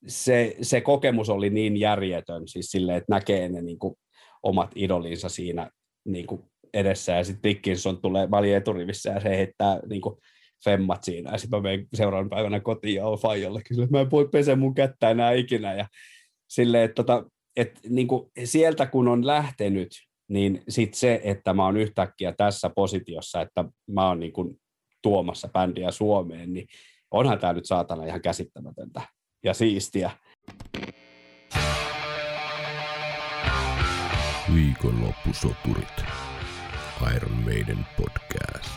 se kokemus oli niin järjetön, siis silleen, että näkee ne niin kuin omat idolinsa siinä niin kuin edessä, ja sitten Dickinson tulee, mä olin eturivissä, ja se heittää niin kuin femmat siinä, ja sitten mä vein seuraavan päivänä kotiin ja olen faijalle kysyä, että mä en voi peseä mun kättä enää ikinä, ja silleen, että niin kuin sieltä kun on lähtenyt, niin sitten se, että mä oon yhtäkkiä tässä positiossa, että mä oon niin kuin tuomassa bändiä Suomeen, niin onhan tää nyt saatana ihan käsittämätöntä ja siistiä. Viikonloppusoturit. Iron Maiden podcast.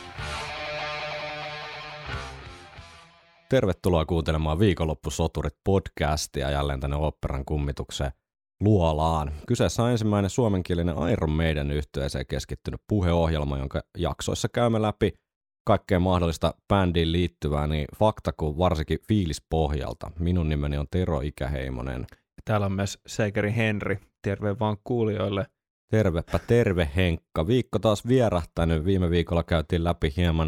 Tervetuloa kuuntelemaan Viikonloppusoturit podcastia jälleen tänne oopperan kummituksen luolaan. Kyseessä on ensimmäinen suomenkielinen Iron Maiden -yhtyeeseen keskittynyt puheohjelma, jonka jaksoissa käymme läpi kaikkea mahdollista bändiin liittyvää niin fakta kuin varsinkin fiilispohjalta. Minun nimeni on Tero Ikäheimonen. Täällä on myös Seikeri Henri. Terve vaan kuulijoille. Tervepä terve Henkka. Viikko taas vierähtänyt. Viime viikolla käytiin läpi hieman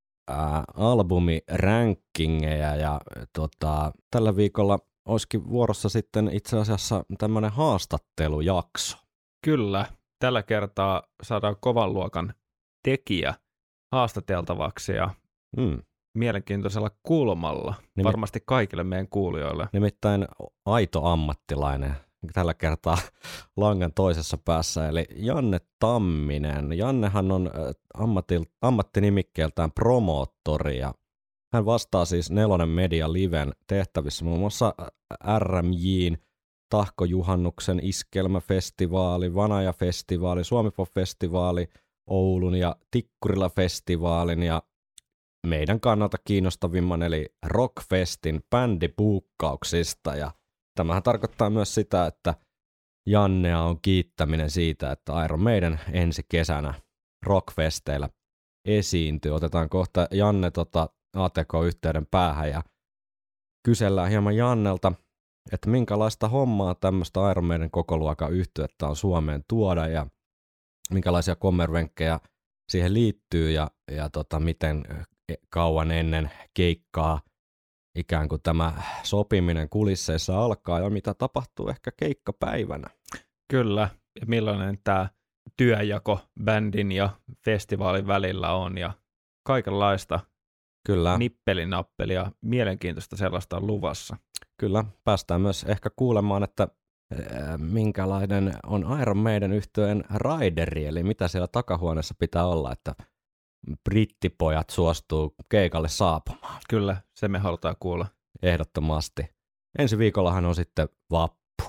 albumirankingeja ja tällä viikolla olisikin vuorossa sitten itse asiassa tämmöinen haastattelujakso. Kyllä. Tällä kertaa saadaan kovan luokan tekijä haastateltavaksi ja mielenkiintoisella kulmalla, varmasti kaikille meidän kuulijoille. Nimittäin aito ammattilainen tällä kertaa langan toisessa päässä, eli Janne Tamminen. Jannehan on ammattinimikkeeltään promoottori ja hän vastaa siis Nelonen Media Liven tehtävissä muun muassa RMJ:n, Tahkojuhannuksen iskelmäfestivaali, Vanaja-festivaali, Suomipop-festivaali, Oulun ja Tikkurila-festivaalin ja meidän kannalta kiinnostavimman eli Rockfestin bändipuukkauksista. Ja tämähän tarkoittaa myös sitä, että Jannea on kiittäminen siitä, että Iron Maiden ensi kesänä Rockfesteillä esiintyy. Otetaan kohta Janne ATK-yhteyden päähän ja kysellään hieman Jannelta, että minkälaista hommaa tämmöistä Iron Maiden kokoluokan yhtyettä on Suomeen tuoda ja minkälaisia kommervenkkejä siihen liittyy ja miten kauan ennen keikkaa ikään kuin tämä sopiminen kulisseissa alkaa ja mitä tapahtuu ehkä keikkapäivänä. Kyllä, ja millainen tämä työjako bändin ja festivaalin välillä on ja kaikenlaista Kyllä. Nippelinappelia, mielenkiintoista sellaista on luvassa. Kyllä, päästään myös ehkä kuulemaan, että minkälainen on Iron Maiden -yhtyeen raideri, eli mitä siellä takahuoneessa pitää olla, että brittipojat suostuu keikalle saapumaan. Kyllä, se me halutaan kuulla. Ehdottomasti. Ensi viikollahan on sitten vappu.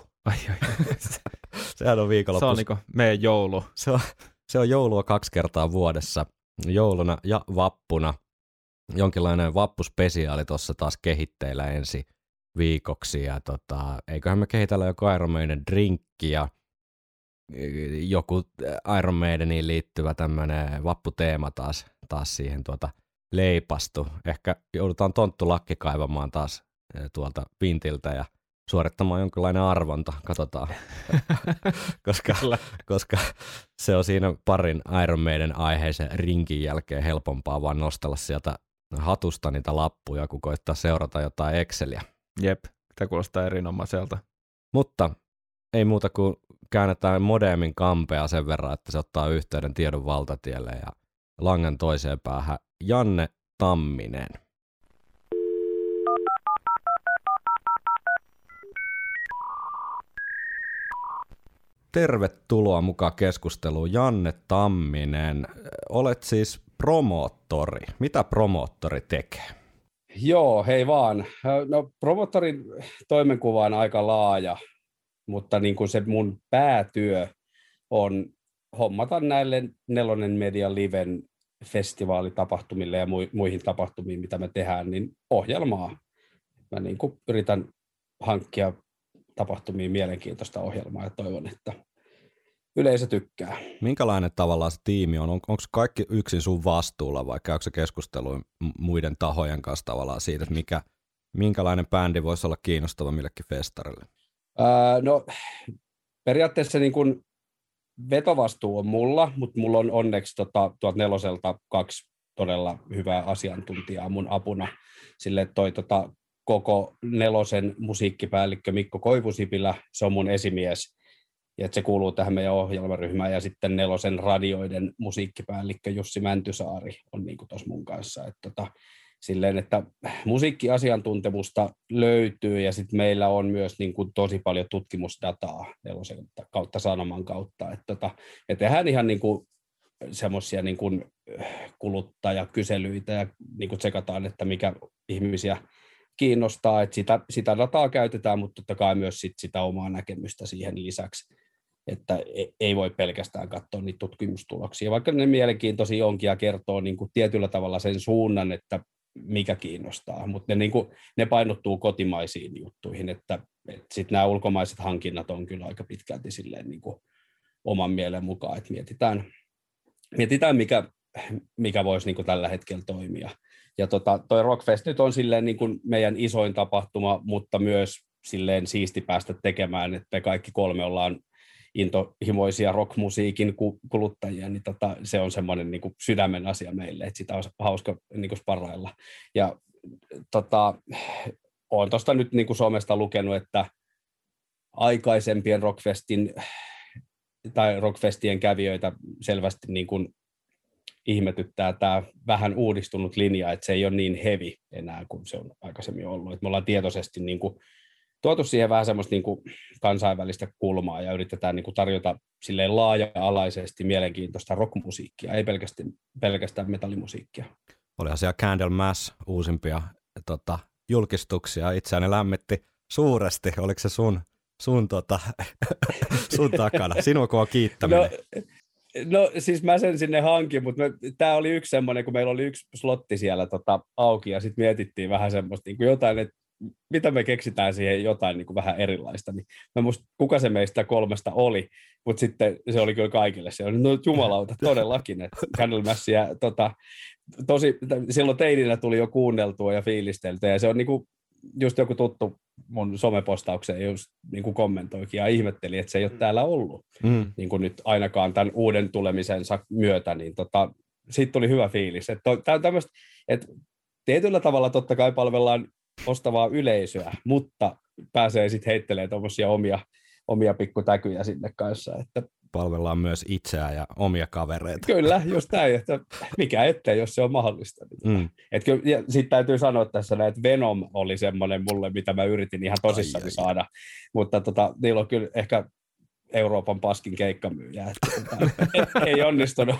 Sehän on viikonloppu. Se on niin kuin meidän joulu. Se on joulua 2 kertaa vuodessa, jouluna ja vappuna. Jonkinlainen vappuspesiaali tuossa taas kehitteillä ensi viikoksi ja eiköhän me kehitellä joku Iron Maiden drinkki ja joku Iron Maideniin liittyvä tämmöinen vapputeema taas siihen leipastu. Ehkä joudutaan tonttulakki kaivamaan taas tuolta pintiltä ja suorittamaan jonkinlainen arvonta, katsotaan, koska se on siinä parin Iron Maiden aiheisen rinkin jälkeen helpompaa vaan nostella sieltä hatusta niitä lappuja, kun koittaa seurata jotain Exceliä. Jep, tämä kuulostaa erinomaiselta. Mutta ei muuta kuin käännetään modemin kampea sen verran, että se ottaa yhteyden tiedon valtatielle ja langan toiseen päähän Janne Tamminen. Tervetuloa mukaan keskusteluun, Janne Tamminen. Olet siis promoottori. Mitä promoottori tekee? Joo, hei vaan. No, promoottorin toimenkuva on aika laaja, mutta niin kuin se mun päätyö on hommata näille Nelonen Media Liven festivaalitapahtumille ja muihin tapahtumiin, mitä me tehdään, niin ohjelmaa. Mä niin kuin yritän hankkia tapahtumiin mielenkiintoista ohjelmaa ja toivon, että yleisö tykkää. Minkälainen tavallaan se tiimi on? Onko kaikki yksin sun vastuulla vai käykö se keskustelua muiden tahojen kanssa tavallaan siitä, että minkälainen bändi voisi olla kiinnostava millekin festarille? No periaatteessa niin kuin vetovastuu on mulla, mutta mulla on onneksi tuolta Neloselta 2 todella hyvää asiantuntijaa mun apuna. Sille toi koko Nelosen musiikkipäällikkö Mikko Koivusipilä, se on mun esimies, ja se kuuluu tähän meidän ohjelmaryhmään, ja sitten Nelosen radioiden musiikkipäällikkö Jussi Mäntysaari on niin kuin tuossa mun kanssa, että silleen, että musiikkiasiantuntemusta löytyy, ja sitten meillä on myös niin kuin tosi paljon tutkimusdataa Nelosen kautta Sanoman kautta, että me tehdään ihan niin kuin semmoisia niin kuin kuluttajakyselyitä ja niin kuin tsekataan, että mikä ihmisiä kiinnostaa, että sitä dataa käytetään, mutta totta kai myös sitä omaa näkemystä siihen lisäksi, että ei voi pelkästään katsoa niitä tutkimustuloksia, vaikka ne mielenkiintoisia onkin ja kertoo niin kuin tietyllä tavalla sen suunnan, että mikä kiinnostaa, mutta ne painottuu kotimaisiin juttuihin, että sitten nämä ulkomaiset hankinnat on kyllä aika pitkälti silleen niin kuin oman mielen mukaan, että mietitään mikä voisi niin kuin tällä hetkellä toimia. Ja toi Rockfest nyt on silleen niin kuin meidän isoin tapahtuma, mutta myös silleen siisti päästä tekemään, että me kaikki kolme ollaan intohimoisia rockmusiikin kuluttajia, niin se on semmoinen niin kuin sydämen asia meille, että sitä on hauska niin kuin sparrailla. Ja olen tuosta nyt niin kuin somesta lukenut, että aikaisempien Rockfestien kävijöitä selvästi niin kuin ihmetyttää tämä vähän uudistunut linja, että se ei ole niin heavy enää kuin se on aikaisemmin ollut. Että me ollaan tietoisesti niin kuin tuotu siihen vähän semmoista niin kuin kansainvälistä kulmaa ja yritetään niin kuin tarjota silleen laaja-alaisesti mielenkiintoista rockmusiikkia, ei pelkästään metallimusiikkia. Olihan siellä Candlemass uusimpia julkistuksia. Itseäni lämmitti suuresti. Oliko se sun takana? Sinua kun on kiittäminen. No siis mä sen sinne hankin, mutta tämä oli yksi semmoinen, kun meillä oli yksi slotti siellä auki ja sitten mietittiin vähän semmoista niin kuin jotain, että mitä me keksitään siihen jotain niin kuin vähän erilaista. Niin mä muista, kuka se meistä kolmesta oli, mutta sitten se oli kyllä kaikille. Se oli, no jumalauta, todellakin, että Candlemassia silloin teininä tuli jo kuunneltua ja fiilisteltyä ja se on niin kuin just joku tuttu mun somepostaukseen just niin kuin kommentoikin ja ihmetteli, että se ei ole täällä ollut niin kuin nyt ainakaan tämän uuden tulemisensa myötä, niin siitä tuli hyvä fiilis. Tämä on tämmöistä, että tietyllä tavalla totta kai palvellaan ostavaa yleisöä, mutta pääsee sitten heittelemään tuommoisia omia pikkutäkyjä sinne kanssa. Että palvellaan myös itseään ja omia kavereita. Kyllä, just näin, että mikä ettei, jos se on mahdollista. Ja sitten täytyy sanoa tässä, että Venom oli semmoinen mulle, mitä mä yritin ihan tosissani saada, mutta niillä on kyllä ehkä Euroopan paskin keikkamyyjä, ei onnistunut.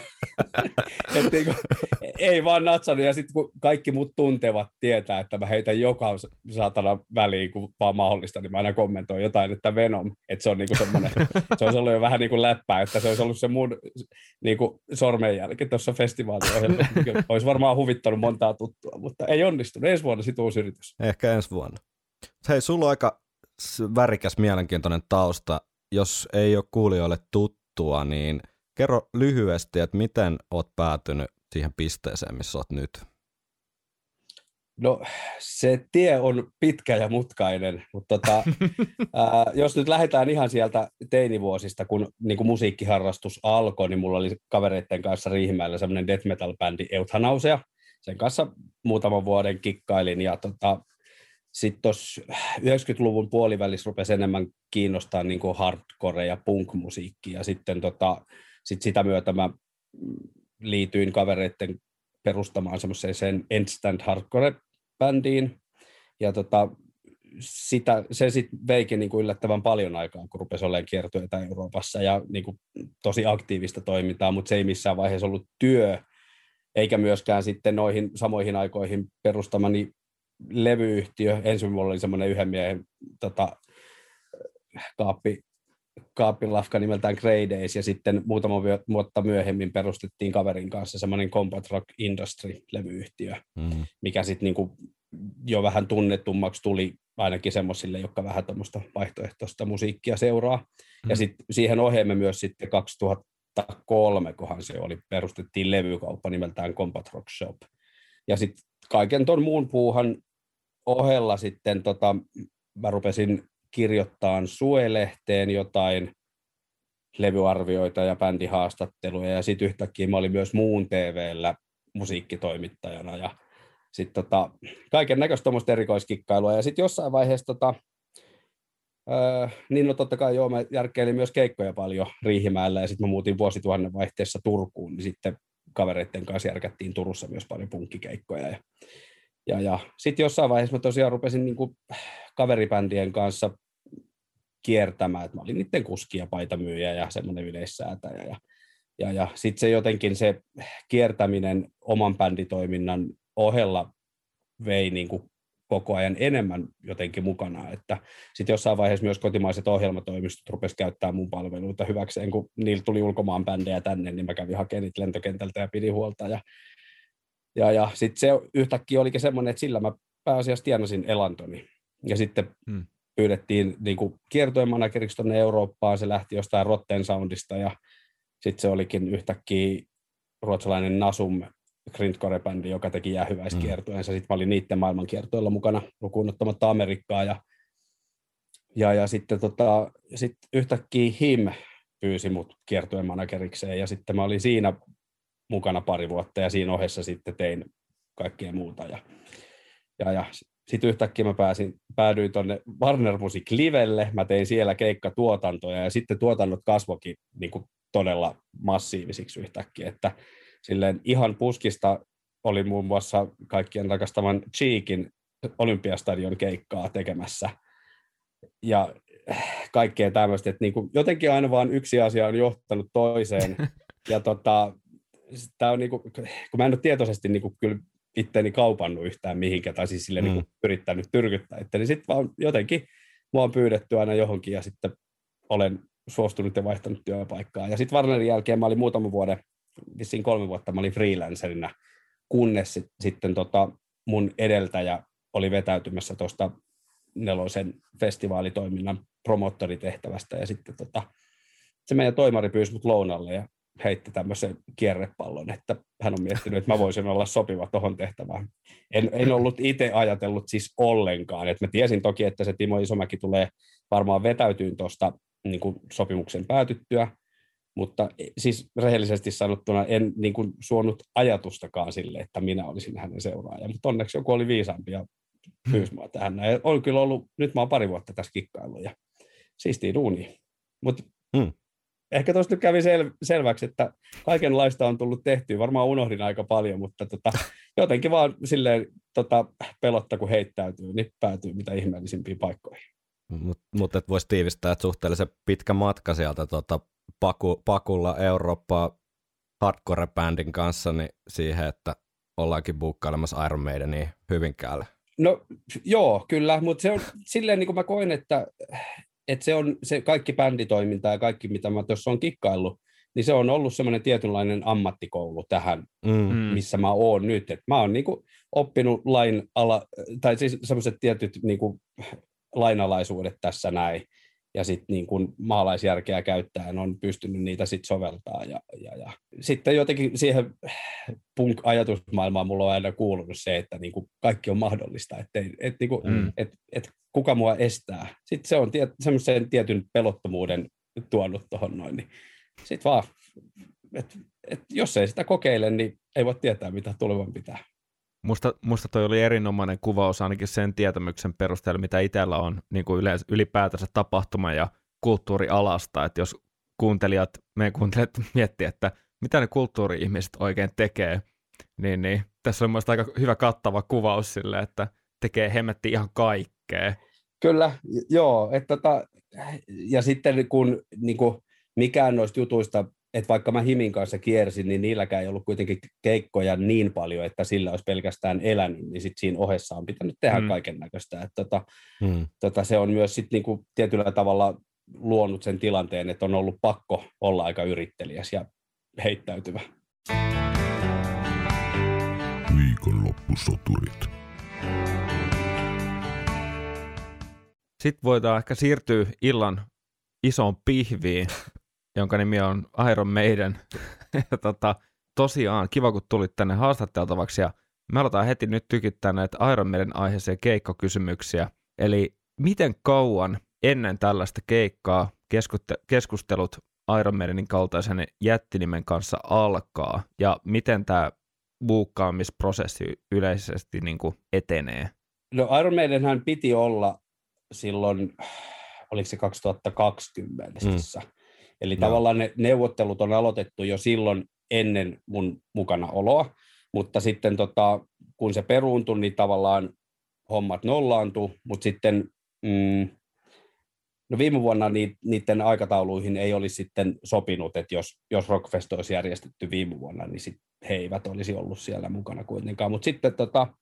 Ei vaan natsannut, ja sitten kun kaikki mut tuntevat tietää, että mä heitän joka saatana väliin, kun vaan mahdollista, niin mä aina kommentoin jotain, että Venom, että se on niinku semmoinen, se olisi ollut jo vähän niin kuin läppää, että se olisi ollut se mun niinku sormenjälki tuossa festivaaliohjelmassa. Olisi varmaan huvittanut montaa tuttua, mutta ei onnistunut. Ensi vuonna sit uusi yritys. Ehkä ensi vuonna. Hei, sulla on aika värikäs, mielenkiintoinen tausta. Jos ei ole kuulijoille tuttua, niin kerro lyhyesti, että miten olet päätynyt siihen pisteeseen, missä olet nyt? No se tie on pitkä ja mutkainen, mutta jos nyt lähdetään ihan sieltä teinivuosista, kun niin kuin musiikkiharrastus alkoi, niin mulla oli kavereiden kanssa Riihimäellä semmoinen death metal-bändi Euthanausea. Sen kanssa muutaman vuoden kikkailin ja sitten tuossa 90-luvun puolivälissä rupesi enemmän kiinnostaa niin kuin hardcore ja punk-musiikki, ja sitten sitä myötä mä liityin kavereiden perustamaan semmoiseen Endstand Hardcore-bändiin, ja se sitten veikin niin kuin yllättävän paljon aikaa, kun rupesi olemaan kiertueita Euroopassa ja niin kuin tosi aktiivista toimintaa, mutta se ei missään vaiheessa ollut työ, eikä myöskään sitten noihin samoihin aikoihin perustamani levyyhtiö. Ensin mulla oli semmoinen yhden miehen kaappilafka nimeltään Grey Days, ja sitten muutama vuotta myöhemmin perustettiin kaverin kanssa semmoinen Combat Rock Industry-levyyhtiö, mikä sitten niinku jo vähän tunnetummaksi tuli ainakin semmoisille, jotka vähän tämmöistä vaihtoehtoista musiikkia seuraa. Ja sitten siihen ohjeemme myös sitten 2003, kohan se oli, perustettiin levykauppa nimeltään Combat Rock Shop. Ja sitten kaiken ton muun puuhan ohella sitten mä rupesin kirjoittamaan Sue-lehteen jotain levyarvioita ja bändihaastatteluja, ja sitten yhtäkkiä mä olin myös Muun TV:llä musiikkitoimittajana, ja sitten kaiken näköistä tuommoista erikoiskikkailua. Ja sitten jossain vaiheessa, niin no totta kai joo, mä järkkeilin myös keikkoja paljon Riihimäellä, ja sitten mä muutin vuosituhannen vaihteessa Turkuun, niin sitten kavereiden kanssa järkättiin Turussa myös paljon punkkikeikkoja. Ja sitten jossain vaiheessa mä tosiaan rupesin niin kuin kaveribändien kanssa kiertämään, että mä olin niiden kuski ja paitamyyjä ja semmoinen yleissäätäjä. Ja sitten se jotenkin se kiertäminen oman bänditoiminnan ohella vei niin kuin koko ajan enemmän jotenkin mukana, että sitten jossain vaiheessa myös kotimaiset ohjelmatoimistot rupesivat käyttämään mun palveluita hyväkseen, kun niillä tuli ulkomaan bändejä tänne, niin mä kävin hakemaan niitä lentokentältä ja pidin huolta. Ja sitten se yhtäkkiä olikin semmoinen, että sillä mä pääasiassa tienasin elantoni. Ja sitten pyydettiin niin kuin kiertojen manageriksi tuonne Eurooppaan, se lähti jostain Rotten Soundista, ja sitten se olikin yhtäkkiä ruotsalainen Nasum, grindcore-bändi, joka teki jäähyväiskiertojensa. Sitten mä olin niiden maailmankiertoilla mukana, lukuun ottamatta Amerikkaa. Ja sitten sit yhtäkkiä HIM pyysi mut kiertojen managerikseen, ja sitten mä olin siinä mukana pari vuotta, ja siinä ohessa sitten tein kaikkea muuta. Ja sitten yhtäkkiä mä päädyin tuonne Warner Music Livelle, mä tein siellä keikkatuotantoja, ja sitten tuotannot kasvoikin niin kuin todella massiivisiksi yhtäkkiä, että silleen ihan puskista oli muun muassa kaikkien rakastaman Cheekin Olympiastadion keikkaa tekemässä, ja kaikkea tämmöistä, että niin kuin jotenkin aina vaan yksi asia on johtanut toiseen, ja tämä on niin kuin, kun mä en ole tietoisesti niin kuin kyllä itteeni kaupannut yhtään mihinkään, tai siis silleen niin kuin yrittänyt tyrkyttää itse, niin sitten vaan jotenkin mua on pyydetty aina johonkin, ja sitten olen suostunut ja vaihtanut työpaikkaa. Ja sitten Warnerin jälkeen mä olin muutaman vuoden, vissiin 3 vuotta mä olin freelancerina, kunnes sitten mun edeltäjä oli vetäytymässä tuosta Nelosen festivaalitoiminnan promottoritehtävästä, ja sitten se meidän toimari pyysi mut lounalle ja heitti tämmöisen kierrepallon, että hän on miettinyt, että mä voisin olla sopiva tuohon tehtävään. En ollut itse ajatellut siis ollenkaan, että mä tiesin toki, että se Timo Isomäki tulee varmaan vetäytyyn tuosta niin kuin sopimuksen päätyttyä, mutta siis rehellisesti sanottuna en niin kuin suonut ajatustakaan sille, että minä olisin hänen seuraaja, mutta onneksi joku oli viisaampi ja pyysi mua tähän. Ja on kyllä ollut, nyt mä oon 2 vuotta tässä kikkaillut ja siistii duunia, mutta ehkä tuosta nyt kävi selväksi, että kaikenlaista on tullut tehtyä. Varmaan unohdin aika paljon, mutta jotenkin vaan silleen pelotta, kun heittäytyy, niin päätyy mitä ihmeellisimpiin paikkoihin. Mutta et voisi tiivistää, että suhteellisen pitkä matka sieltä pakulla Eurooppaa hardcore-bändin kanssa niin siihen, että ollaankin buukkailemassa Iron Maidenia Hyvinkäälle. No joo, kyllä, mutta se on silleen niin kuin mä koen, että se on se kaikki bänditoiminta ja kaikki, mitä mä tuossa on kikkaillut, niin se on ollut semmoinen tietynlainen ammattikoulu tähän, missä mä oon nyt. Et mä oon niinku oppinut tai siis semmoiset tietyt niinku lainalaisuudet tässä näin, ja sitten niinku maalaisjärkeä käyttäen on pystynyt niitä sitten soveltaa. Ja sitten jotenkin siihen punk-ajatusmaailmaan mulla on aina kuulunut se, että niinku kaikki on mahdollista, että kuka mua estää. Sitten se on semmoisen tietyn pelottomuuden tuonut tuohon noin, niin sitten vaan, että jos ei sitä kokeile, niin ei voi tietää, mitä tulevan pitää. Musta toi oli erinomainen kuvaus ainakin sen tietämyksen perusteella, mitä itsellä on niin kuin ylipäätänsä tapahtuma- ja kulttuurialasta, että jos meidän kuuntelijat miettii, että mitä ne kulttuuri-ihmiset oikein tekee, niin tässä on mielestäni aika hyvä kattava kuvaus sille, että tekee hemmetti ihan kaikkea. Kyllä, joo. Ja sitten kun niin kuin, mikään noista jutuista, että vaikka mä Himin kanssa kiersin, niin niilläkään ei ollut kuitenkin keikkoja niin paljon, että sillä olisi pelkästään elänyt, niin sitten siinä ohessa on pitänyt tehdä kaiken näköistä. Se on myös sitten niin kuin tietyllä tavalla luonut sen tilanteen, että on ollut pakko olla aika yrittelijäs ja heittäytyvä. Viikonloppusoturit. Sitten voidaan ehkä siirtyä illan isoon pihviin, jonka nimi on Iron Maiden. Tosiaan, kiva kun tulit tänne haastatteltavaksi, ja me aletaan heti nyt tykittää näitä Iron Maiden aiheeseen keikkakysymyksiä. Eli miten kauan ennen tällaista keikkaa keskustelut Iron Maidenin kaltaisen jättinimen kanssa alkaa, ja miten tämä buukkaamisprosessi yleisesti niin kuin etenee? No Iron Maidenhän piti olla silloin, oliko se 2020, eli tavallaan ne neuvottelut on aloitettu jo silloin ennen mun mukana oloa, mutta sitten kun se peruuntui, niin tavallaan hommat nollaantui, mutta sitten no viime vuonna niiden aikatauluihin ei olisi sitten sopinut, että jos Rockfest olisi järjestetty viime vuonna, niin sit he eivät olisi ollut siellä mukana kuitenkaan, mutta sitten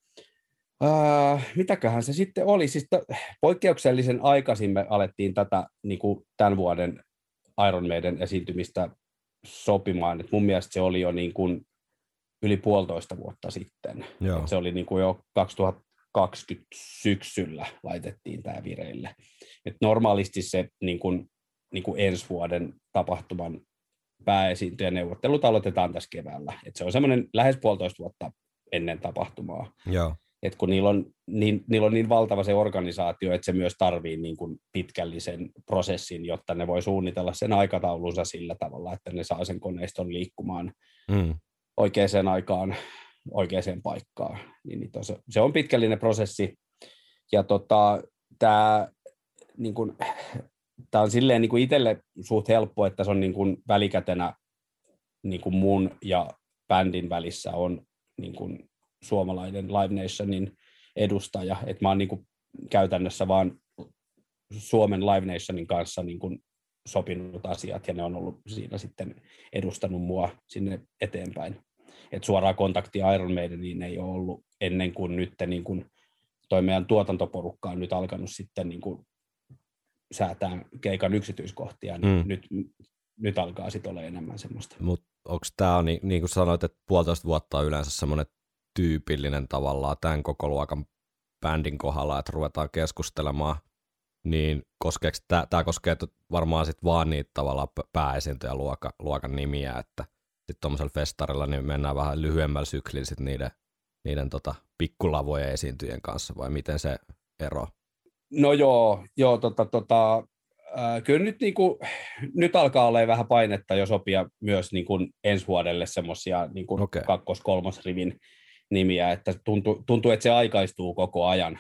mitäköhän se sitten oli, siis poikkeuksellisen aikaisin me alettiin tätä niin kuin tämän vuoden Iron Maiden esiintymistä sopimaan, että mun mielestä se oli jo niin kuin yli 1,5 vuotta sitten. Se oli niin kuin jo 2020 syksyllä laitettiin tämä vireille. Et normaalisti se niin kuin ensi vuoden tapahtuman pääesiintyjä neuvottelut aloitetaan tässä keväällä. Et se on semmoinen lähes 1,5 vuotta ennen tapahtumaa. Joo. Et kun niillä on niin valtava se organisaatio, että se myös tarvii niin kuin pitkällisen prosessin, jotta ne voi suunnitella sen aikataulunsa sillä tavalla, että ne saa sen koneiston liikkumaan oikeaan aikaan, oikeaan paikkaan. Niin se on pitkällinen prosessi. Ja tämä niin kuin, on silleen niin kuin itselle suht helppo, että se on niin kuin välikätenä niin kuin mun ja bändin välissä on niin kuin suomalainen Live Nationin edustaja, että mä oon niin kuin käytännössä vaan Suomen Live Nationin kanssa niin kuin sopinut asiat, ja ne on ollut siinä sitten edustanut mua sinne eteenpäin. Et suoraa kontaktia Iron Maideniin ei ole ollut ennen kuin nyt niin kuin toi meidän tuotantoporukka on nyt alkanut sitten niin kuin säätää keikan yksityiskohtia, niin nyt alkaa sitten olla enemmän semmoista. Mutta onko tämä, niin kuin sanoit, että 1,5 vuotta on yleensä semmoinen tyypillinen tavallaan tämän koko luokan bändin kohdalla, että ruvetaan keskustelemaan, niin tämä koskee varmaan sitten vaan niitä tavallaan pääesiintyjä luokan nimiä, että sitten tuommoisella festarilla niin mennään vähän lyhyemmällä syklillä sitten niiden pikkulavojen esiintyjien kanssa, vai miten se ero? No joo kyllä nyt alkaa olla vähän painetta jo sopia myös niin kuin ensi vuodelle semmoisia niin kuin kakkos-kolmosrivin nimiä, että tuntuu, että se aikaistuu koko ajan.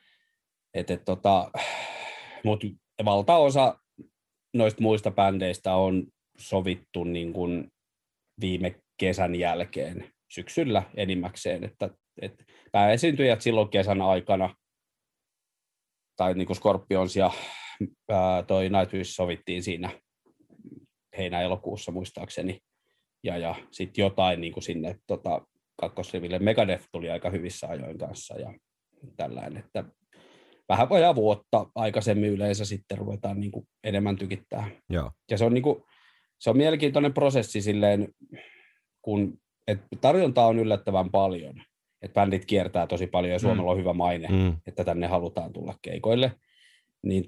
Mutta valtaosa noista muista bändeistä on sovittu niin kuin viime kesän jälkeen syksyllä enimmäkseen, että pääesiintyjät silloin kesän aikana, tai niin kuin Scorpions ja toi Nightwish sovittiin siinä heinä-elokuussa muistaakseni, ja sitten jotain niin kuin sinne kakkosriville. Megadeth tuli aika hyvissä ajoin kanssa ja tällainen, että vähän vajaa vuotta aikaisemmin yleensä sitten ruvetaan niin kuin enemmän tykittää. Ja se on, niin kuin, se on mielenkiintoinen prosessi silleen, kun tarjontaa on yllättävän paljon, että bändit kiertää tosi paljon ja Suomella on hyvä maine, että tänne halutaan tulla keikoille, niin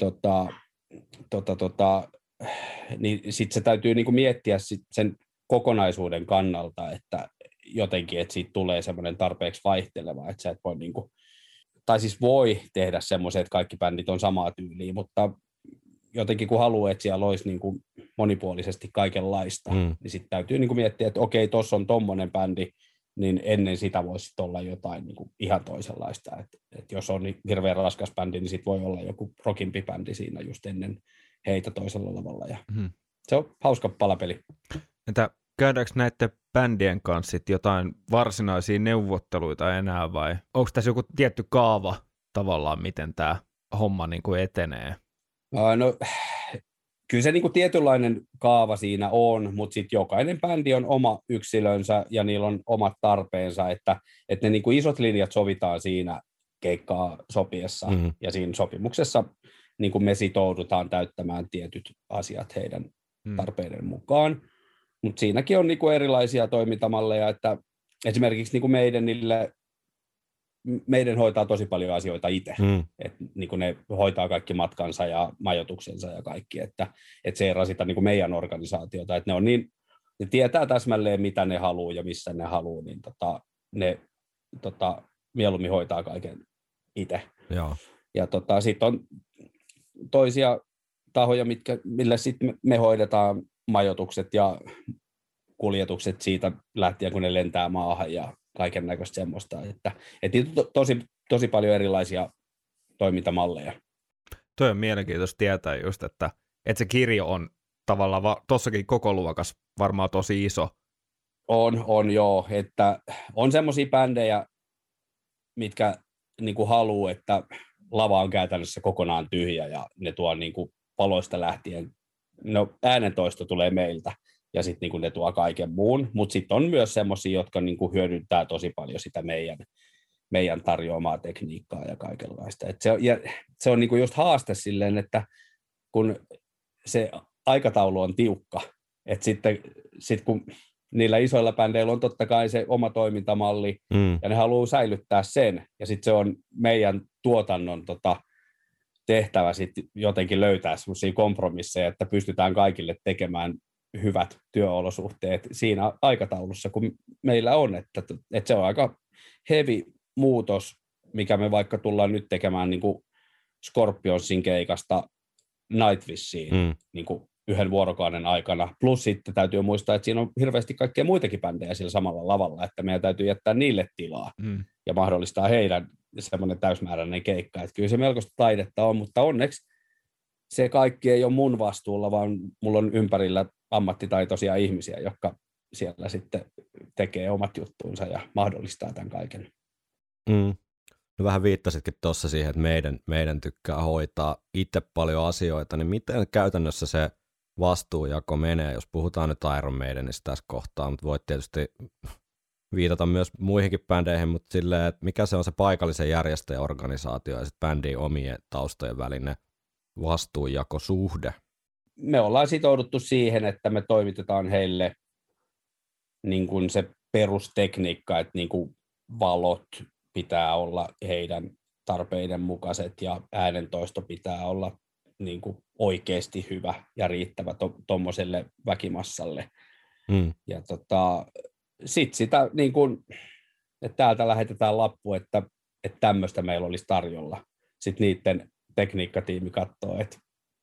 niin sitten se täytyy niinku miettiä sit sen kokonaisuuden kannalta, että jotenkin, että siitä tulee semmoinen tarpeeksi vaihteleva, että sä et voi niinku, tai siis voi tehdä semmoisen, että kaikki bändit on samaa tyyliä, mutta jotenkin kun haluaa, että siellä olisi niinku monipuolisesti kaikenlaista, niin sitten täytyy niinku miettiä, että okei, tuossa on tommonen bändi, niin ennen sitä voisi olla jotain niinku ihan toisenlaista. Et jos on hirveän raskas bändi, niin sitten voi olla joku rockimpi bändi siinä just ennen heitä toisella lavalla. Ja se on hauska palapeli. Entä käydäänkö näiden bändien kanssa sit jotain varsinaisia neuvotteluita enää, vai onko tässä joku tietty kaava tavallaan, miten tämä homma niinku etenee? No, kyllä se niinku tietynlainen kaava siinä on, mutta sitten jokainen bändi on oma yksilönsä ja niillä on omat tarpeensa, että ne niinku isot linjat sovitaan siinä keikkaa sopiessa ja siinä sopimuksessa niinku me sitoudutaan täyttämään tietyt asiat heidän tarpeiden mukaan. Mutta siinäkin on niinku erilaisia toimintamalleja, että esimerkiksi niinku meidän hoitaa tosi paljon asioita itse, että niinku ne hoitaa kaikki matkansa ja majoituksensa ja kaikki, että se ei rasita niinku meidän organisaatiota, että ne tietää täsmälleen mitä ne haluaa ja missä ne haluaa, niin ne mieluummin hoitaa kaiken itse. Ja sitten on toisia tahoja, millä sitten me hoidetaan majoitukset ja kuljetukset siitä lähtien, kun ne lentää maahan ja kaiken näköistä semmoista, että tosi paljon erilaisia toimintamalleja. Toi on mielenkiintoista tietää just, että se kirjo on tavallaan tossakin koko luokas varmaan tosi iso. On joo, että on semmoisia bändejä, mitkä niin kuin haluaa, että lava on käytännössä kokonaan tyhjä ja ne tuo niin kuin paloista lähtien, no äänentoisto tulee meiltä ja sitten niin ne tuo kaiken muun, mutta sitten on myös semmoisia, jotka niin kuin hyödyntää tosi paljon sitä meidän tarjoamaa tekniikkaa ja kaikenlaista. Et se on niin kuin just haaste silleen, että kun se aikataulu on tiukka, että sitten kun niillä isoilla bändeillä on totta kai se oma toimintamalli, ja ne haluaa säilyttää sen, ja sitten se on meidän tuotannon tehtävä sitten jotenkin löytää semmoisia kompromisseja, että pystytään kaikille tekemään hyvät työolosuhteet siinä aikataulussa, kun meillä on, että se on aika heavy muutos, mikä me vaikka tullaan nyt tekemään niin kuin Scorpionsin keikasta Nightwishiin niin kuin 1 vuorokauden aikana, plus sitten täytyy muistaa, että siinä on hirveästi kaikkia muitakin bändejä sillä samalla lavalla, että meidän täytyy jättää niille tilaa ja mahdollistaa heidän semmoinen täysmääräinen keikka, että kyllä se melkoista taidetta on, mutta onneksi se kaikki ei ole mun vastuulla, vaan mulla on ympärillä ammattitaitoisia ihmisiä, jotka siellä sitten tekee omat juttuunsa ja mahdollistaa tämän kaiken. No vähän viittasitkin tuossa siihen, että meidän tykkää hoitaa itse paljon asioita, niin miten käytännössä se vastuujako menee, jos puhutaan nyt Iron Maidenistä tässä kohtaa, mutta voit tietysti viitata myös muihinkin bändeihin, mutta silleen, että mikä se on se paikallisen järjestäjäorganisaatio ja sitten bändin omien taustojen välinen vastuunjakosuhde? Me ollaan sitouduttu siihen, että me toimitetaan heille niin kuin se perustekniikka, että niin kuin valot pitää olla heidän tarpeiden mukaiset ja äänentoisto pitää olla niin kuin oikeasti hyvä ja riittävä tuommoiselle väkimassalle. Ja sitten sitä, niin kuin, että täältä lähetetään lappu, että tämmöistä meillä olisi tarjolla. Sitten niiden tekniikkatiimi katsoo, että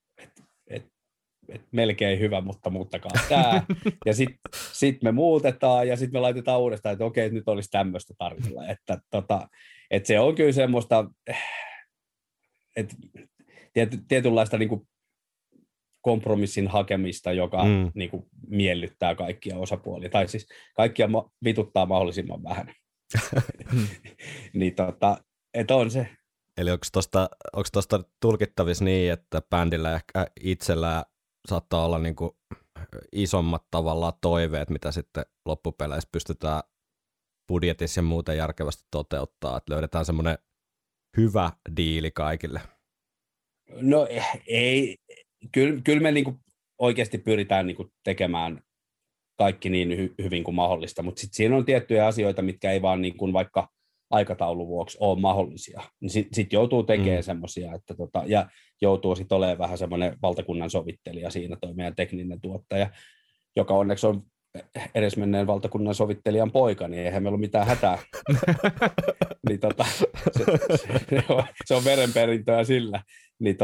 melkein hyvä, mutta muuttakaa tämä. Ja sitten me muutetaan ja sitten me laitetaan uudestaan, että okei, nyt olisi tämmöistä tarjolla. Että se on kyllä semmoista, että tietynlaista niin kuin kompromissin hakemista, joka niin kuin miellyttää kaikkia osapuolia. Tai siis kaikkia vituttaa mahdollisimman vähän. Niin että on se. Eli onko tuosta tulkittavissa niin, että bändillä ehkä itsellään saattaa olla niin kuin isommat tavallaan toiveet, mitä sitten loppupeleissä pystytään budjetissa ja muuten järkevästi toteuttaa, että löydetään semmoinen hyvä diili kaikille? No ei, kyllä me niinku oikeasti pyritään niinku tekemään kaikki niin hyvin kuin mahdollista, mutta sitten siinä on tiettyjä asioita, mitkä ei vaan niinku vaikka aikataulun vuoksi ole mahdollisia. Sitten joutuu tekemään semmoisia, että ja joutuu sitten olemaan vähän semmoinen valtakunnan sovittelija siinä, toi meidän tekninen tuottaja, joka onneksi on edesmenneen valtakunnan sovittelijan poika, niin eihän meillä ole mitään hätää. Niin se on verenperintöä sillä. Niin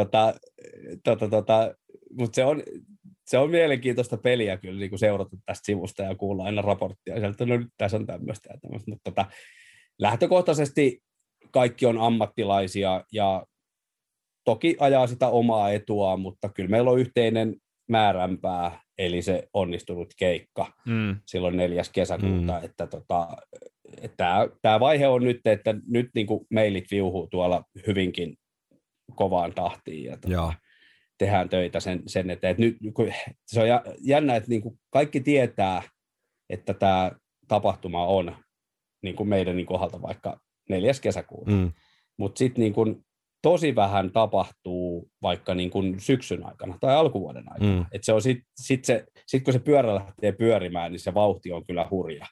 mutta se on mielenkiintoista peliä kyllä niin kuin seurata tästä sivusta ja kuulla aina raporttia sieltä, no nyt tässä on tämmöistä ja tämmöistä, mutta lähtökohtaisesti kaikki on ammattilaisia ja toki ajaa sitä omaa etua, mutta kyllä meillä on yhteinen määränpää, eli se onnistunut keikka silloin 4. kesäkuuta, että tämä vaihe on nyt, että nyt niin kuin mailit viuhuu tuolla hyvinkin kovaan tahtiin ja tehdään töitä sen eteen. Nyt, se on jännä, että niin kuin kaikki tietää, että tämä tapahtuma on niin kuin meidän kohdalta vaikka 4. kesäkuuta, mutta sitten niin kuin tosi vähän tapahtuu vaikka niin kuin syksyn aikana tai alkuvuoden aikana. Et se on sit kun se pyörä lähtee pyörimään, niin se vauhti on kyllä hurja.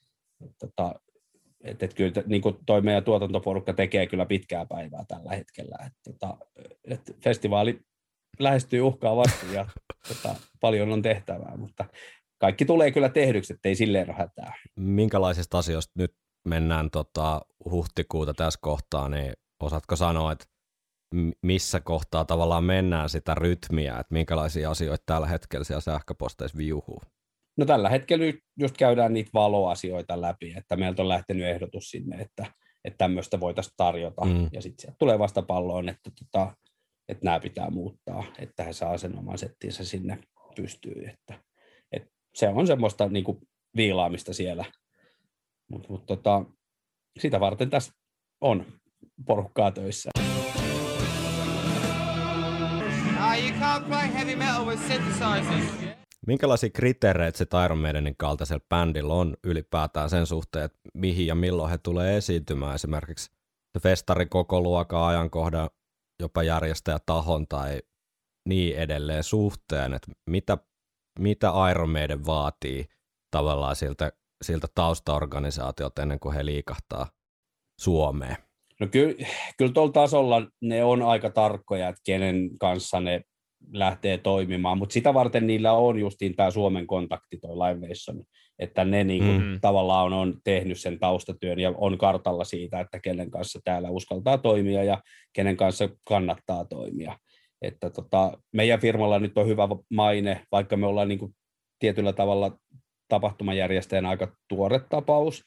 Et kyllä niin kuin toi meidän tuotantoporukka tekee kyllä pitkää päivää tällä hetkellä. Et festivaali lähestyy uhkaa vasta ja paljon on tehtävää, mutta kaikki tulee kyllä tehdyksi, ettei silleen ole hätää. Minkälaisista asioista nyt mennään huhtikuuta tässä kohtaa, niin osaatko sanoa, että missä kohtaa tavallaan mennään sitä rytmiä, että minkälaisia asioita tällä hetkellä siellä sähköposteissa viuhuu? No tällä hetkellä nyt just käydään niitä valoasioita läpi, että meiltä on lähtenyt ehdotus sinne, että tämmöistä voitaisiin tarjota, ja sitten sieltä tulee vasta palloon, että nämä pitää muuttaa, että he saa sen oman settinsä sinne pystyyn, että se on semmoista niin kuin viilaamista siellä, mutta sitä varten tässä on porukkaa töissä. You can't play heavy metal with synthesizers. Minkälaisia kriteereitä se Iron Maidenin kaltaisella bändillä on ylipäätään sen suhteen, että mihin ja milloin he tulee esiintymään, esimerkiksi se festari koko luokan ajankohdan, jopa järjestäjätahon tai niin edelleen suhteen, että mitä Iron Maiden vaatii tavallaan siltä taustaorganisaatiolta ennen kuin he liikahtaa Suomeen? No kyllä tuolla tasolla ne on aika tarkkoja, että kenen kanssa ne lähtee toimimaan, mutta sitä varten niillä on justiin tämä Suomen kontakti, toi Live Nation, että ne tavallaan on tehnyt sen taustatyön ja on kartalla siitä, että kenen kanssa täällä uskaltaa toimia ja kenen kanssa kannattaa toimia. Että meidän firmalla nyt on hyvä maine, vaikka me ollaan niin tietyllä tavalla tapahtumajärjestäjän aika tuore tapaus,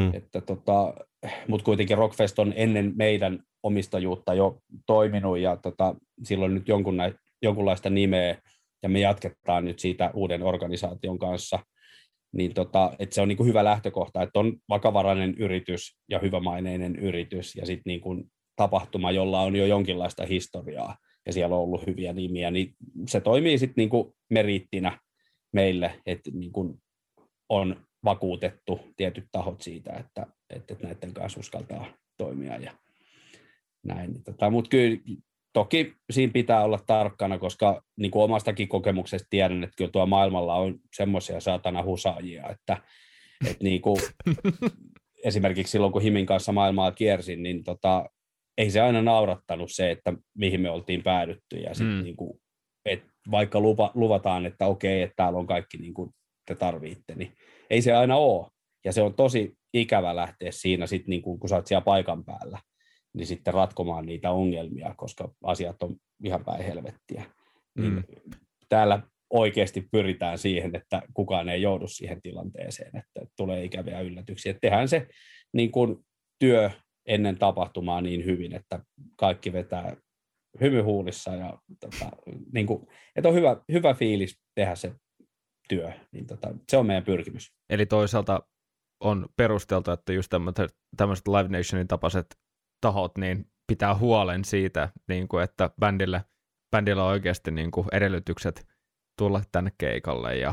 mutta kuitenkin Rockfest on ennen meidän omistajuutta jo toiminut ja silloin nyt jonkunlaista nimeä ja me jatketaan nyt siitä uuden organisaation kanssa, niin että se on niin kuin hyvä lähtökohta, että on vakavarainen yritys ja hyvämaineinen yritys ja sitten niin kuin tapahtuma, jolla on jo jonkinlaista historiaa ja siellä on ollut hyviä nimiä, niin se toimii sitten niin kuin meriittinä meille, että niin kuin on vakuutettu tietyt tahot siitä, että näiden kanssa uskaltaa toimia ja näin. Mutta kyllä toki siinä pitää olla tarkkana, koska niin kuin omastakin kokemuksesta tiedän, että kyllä tuo maailmalla on semmoisia saatana husaajia, että niin kuin esimerkiksi silloin, kun Himin kanssa maailmaa kiersin, niin ei se aina naurattanut se, että mihin me oltiin päädytty. Ja sitten niin kuin, että vaikka luvataan, että okei, että täällä on kaikki niin kuin te tarvitte, niin ei se aina ole. Ja se on tosi ikävä lähteä siinä, sit niin kun sä oot siellä paikan päällä, niin sitten ratkomaan niitä ongelmia, koska asiat on ihan päin helvettiä. Niin täällä oikeasti pyritään siihen, että kukaan ei joudu siihen tilanteeseen, että tulee ikäviä yllätyksiä. Että tehdään se niin kun työ ennen tapahtumaa niin hyvin, että kaikki vetää hymy huulissa ja niin kun, että on hyvä fiilis tehdä se työ, niin se on meidän pyrkimys. Eli toisaalta on perusteltu, että just tämmöiset Live Nationin tapaiset tahot niin pitää huolen siitä, niin kuin, että bändillä on oikeasti niin kuin edellytykset tulla tänne keikalle ja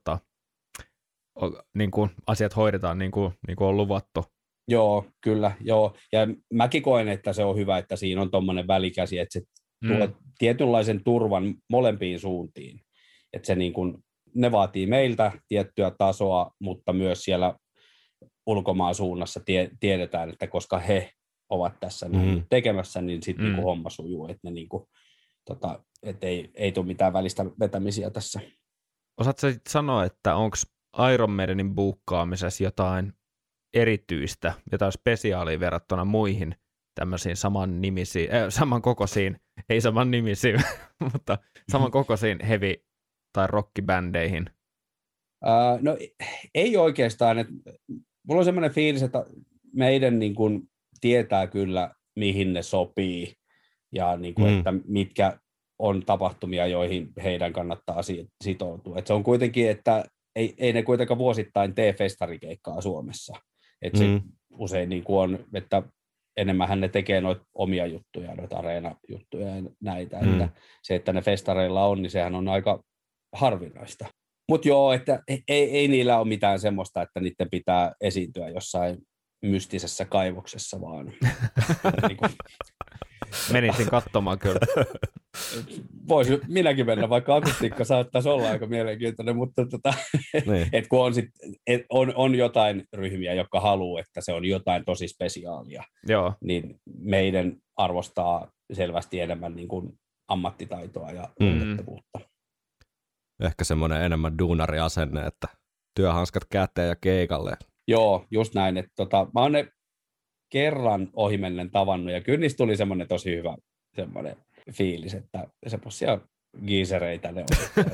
niin kuin asiat hoidetaan niin kuin on luvattu. Joo, kyllä. Joo. Ja mäkin koen, että se on hyvä, että siinä on tuommoinen välikäsi, että se tuo tietynlaisen turvan molempiin suuntiin. Että se niin kuin, ne vaatii meiltä tiettyä tasoa, mutta myös siellä ulkomaan suunnassa tiedetään, että koska he ovat tässä tekemässä, niin sitten niin homma sujuu, että ne niin kuin, et ei tule mitään välistä vetämisiä tässä. Osaatko sanoa, että onko Iron Maidenin buukkaamisessa jotain erityistä, jotain spesiaalia verrattuna muihin tämmöisiin samankokoisiin, ei samannimisiin, mutta samankokoisiin heavy- tai rockibändeihin? No ei oikeastaan. Mulla on semmoinen fiilis, että meidän niin kuin tietää kyllä, mihin ne sopii ja niin kuin, että mitkä on tapahtumia, joihin heidän kannattaa sitoutua. Et se on kuitenkin, että ei ne kuitenkaan vuosittain tee festarikeikkaa Suomessa. Et se usein niin kuin on, että enemmänhän ne tekee noita omia juttuja, noita areenajuttuja ja näitä. Että se, että ne festareilla on, niin sehän on aika harvinaista. Mutta joo, että ei niillä ole mitään semmoista, että niiden pitää esiintyä jossain mystisessä kaivoksessa vaan. Menisin katsomaan kyllä. Voisi minäkin mennä, vaikka akustiikka saattaisi olla aika mielenkiintoinen, mutta niin. Et kun on jotain ryhmiä, jotka haluaa, että se on jotain tosi spesiaalia, joo, niin meidän arvostaa selvästi enemmän niin kuin ammattitaitoa ja luotettavuutta. Ehkä semmoinen enemmän duunariasenne, että työhanskat käteen ja keikalle. Joo, just näin. Että mä oon ne kerran ohimennen tavannut, ja kyllä niistä tuli semmoinen tosi hyvä semmoinen fiilis, että semmoisia giisereitä ne on.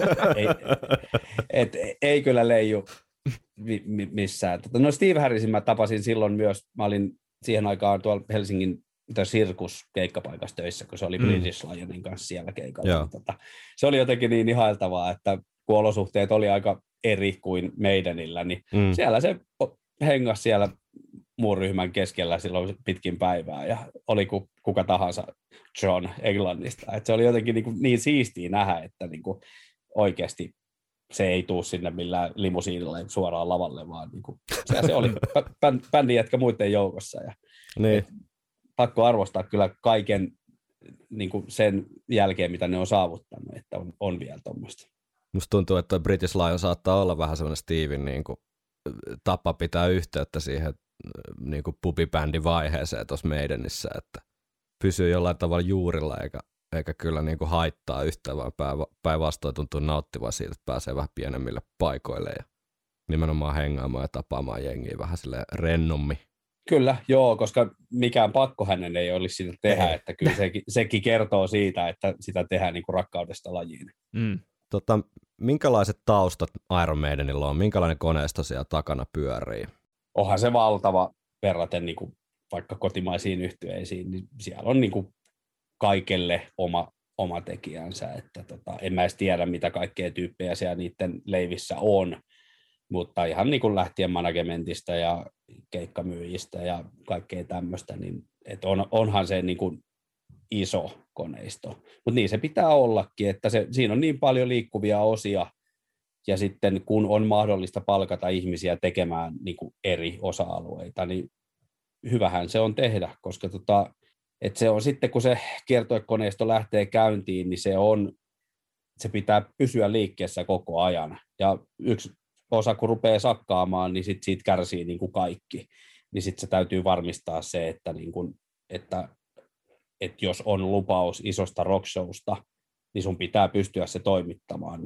Ei kyllä leiju missään. No Steve Harrisin mä tapasin silloin myös, mä olin siihen aikaan tuolla Helsingin sirkus-keikkapaikassa töissä, kun se oli British Lionin kanssa siellä keikalla. Se oli jotenkin niin ihailtavaa, että kun olosuhteet oli aika eri kuin meidänillä, niin siellä se hengasi siellä muun ryhmän keskellä silloin pitkin päivää, ja oli kuka tahansa John Englannista. Et se oli jotenkin niin siistiä nähdä, että oikeasti se ei tule sinne millään limusiinilla suoraan lavalle, vaan se oli bändin jätkä muiden joukossa. Ja niin. Pakko arvostaa kyllä kaiken sen jälkeen, mitä ne on saavuttanut, että on vielä tuommoista. Musta tuntuu, että British Lion saattaa olla vähän sellainen Steven tapa pitää yhteyttä siihen pubibändin vaiheeseen tuossa Maidenissä, että pysyy jollain tavalla juurilla eikä kyllä haittaa yhtään, vaan päinvastoin tuntuu nauttivan siitä, että pääsee vähän pienemmille paikoille ja nimenomaan hengaamaan ja tapaamaan jengiä vähän silleen rennommin. Kyllä, joo, koska mikään pakko hänen ei olisi sitä tehdä, että kyllä sekin kertoo siitä, että sitä tehdään rakkaudesta lajiin. Minkälaiset taustat Iron Maidenilla on? Minkälainen koneisto siellä takana pyörii? Onhan se valtava verraten vaikka kotimaisiin yhtyeisiin, niin siellä on kaikelle oma tekijänsä. Että en mä edes tiedä, mitä kaikkea tyyppejä siellä niiden leivissä on, mutta ihan lähtien managementista ja keikkamyyjistä ja kaikkea tämmöistä, niin onhan se iso koneisto. Mutta niin se pitää ollakin, että siinä on niin paljon liikkuvia osia, ja sitten kun on mahdollista palkata ihmisiä tekemään eri osa-alueita, niin hyvähän se on tehdä, koska että se on sitten, kun se kiertuekoneisto lähtee käyntiin, niin se pitää pysyä liikkeessä koko ajan. Ja yksi osa, kun rupeaa sakkaamaan, niin siitä kärsii kaikki. Niin sitten se täytyy varmistaa se, että jos on lupaus isosta rockshowsta, niin sun pitää pystyä se toimittamaan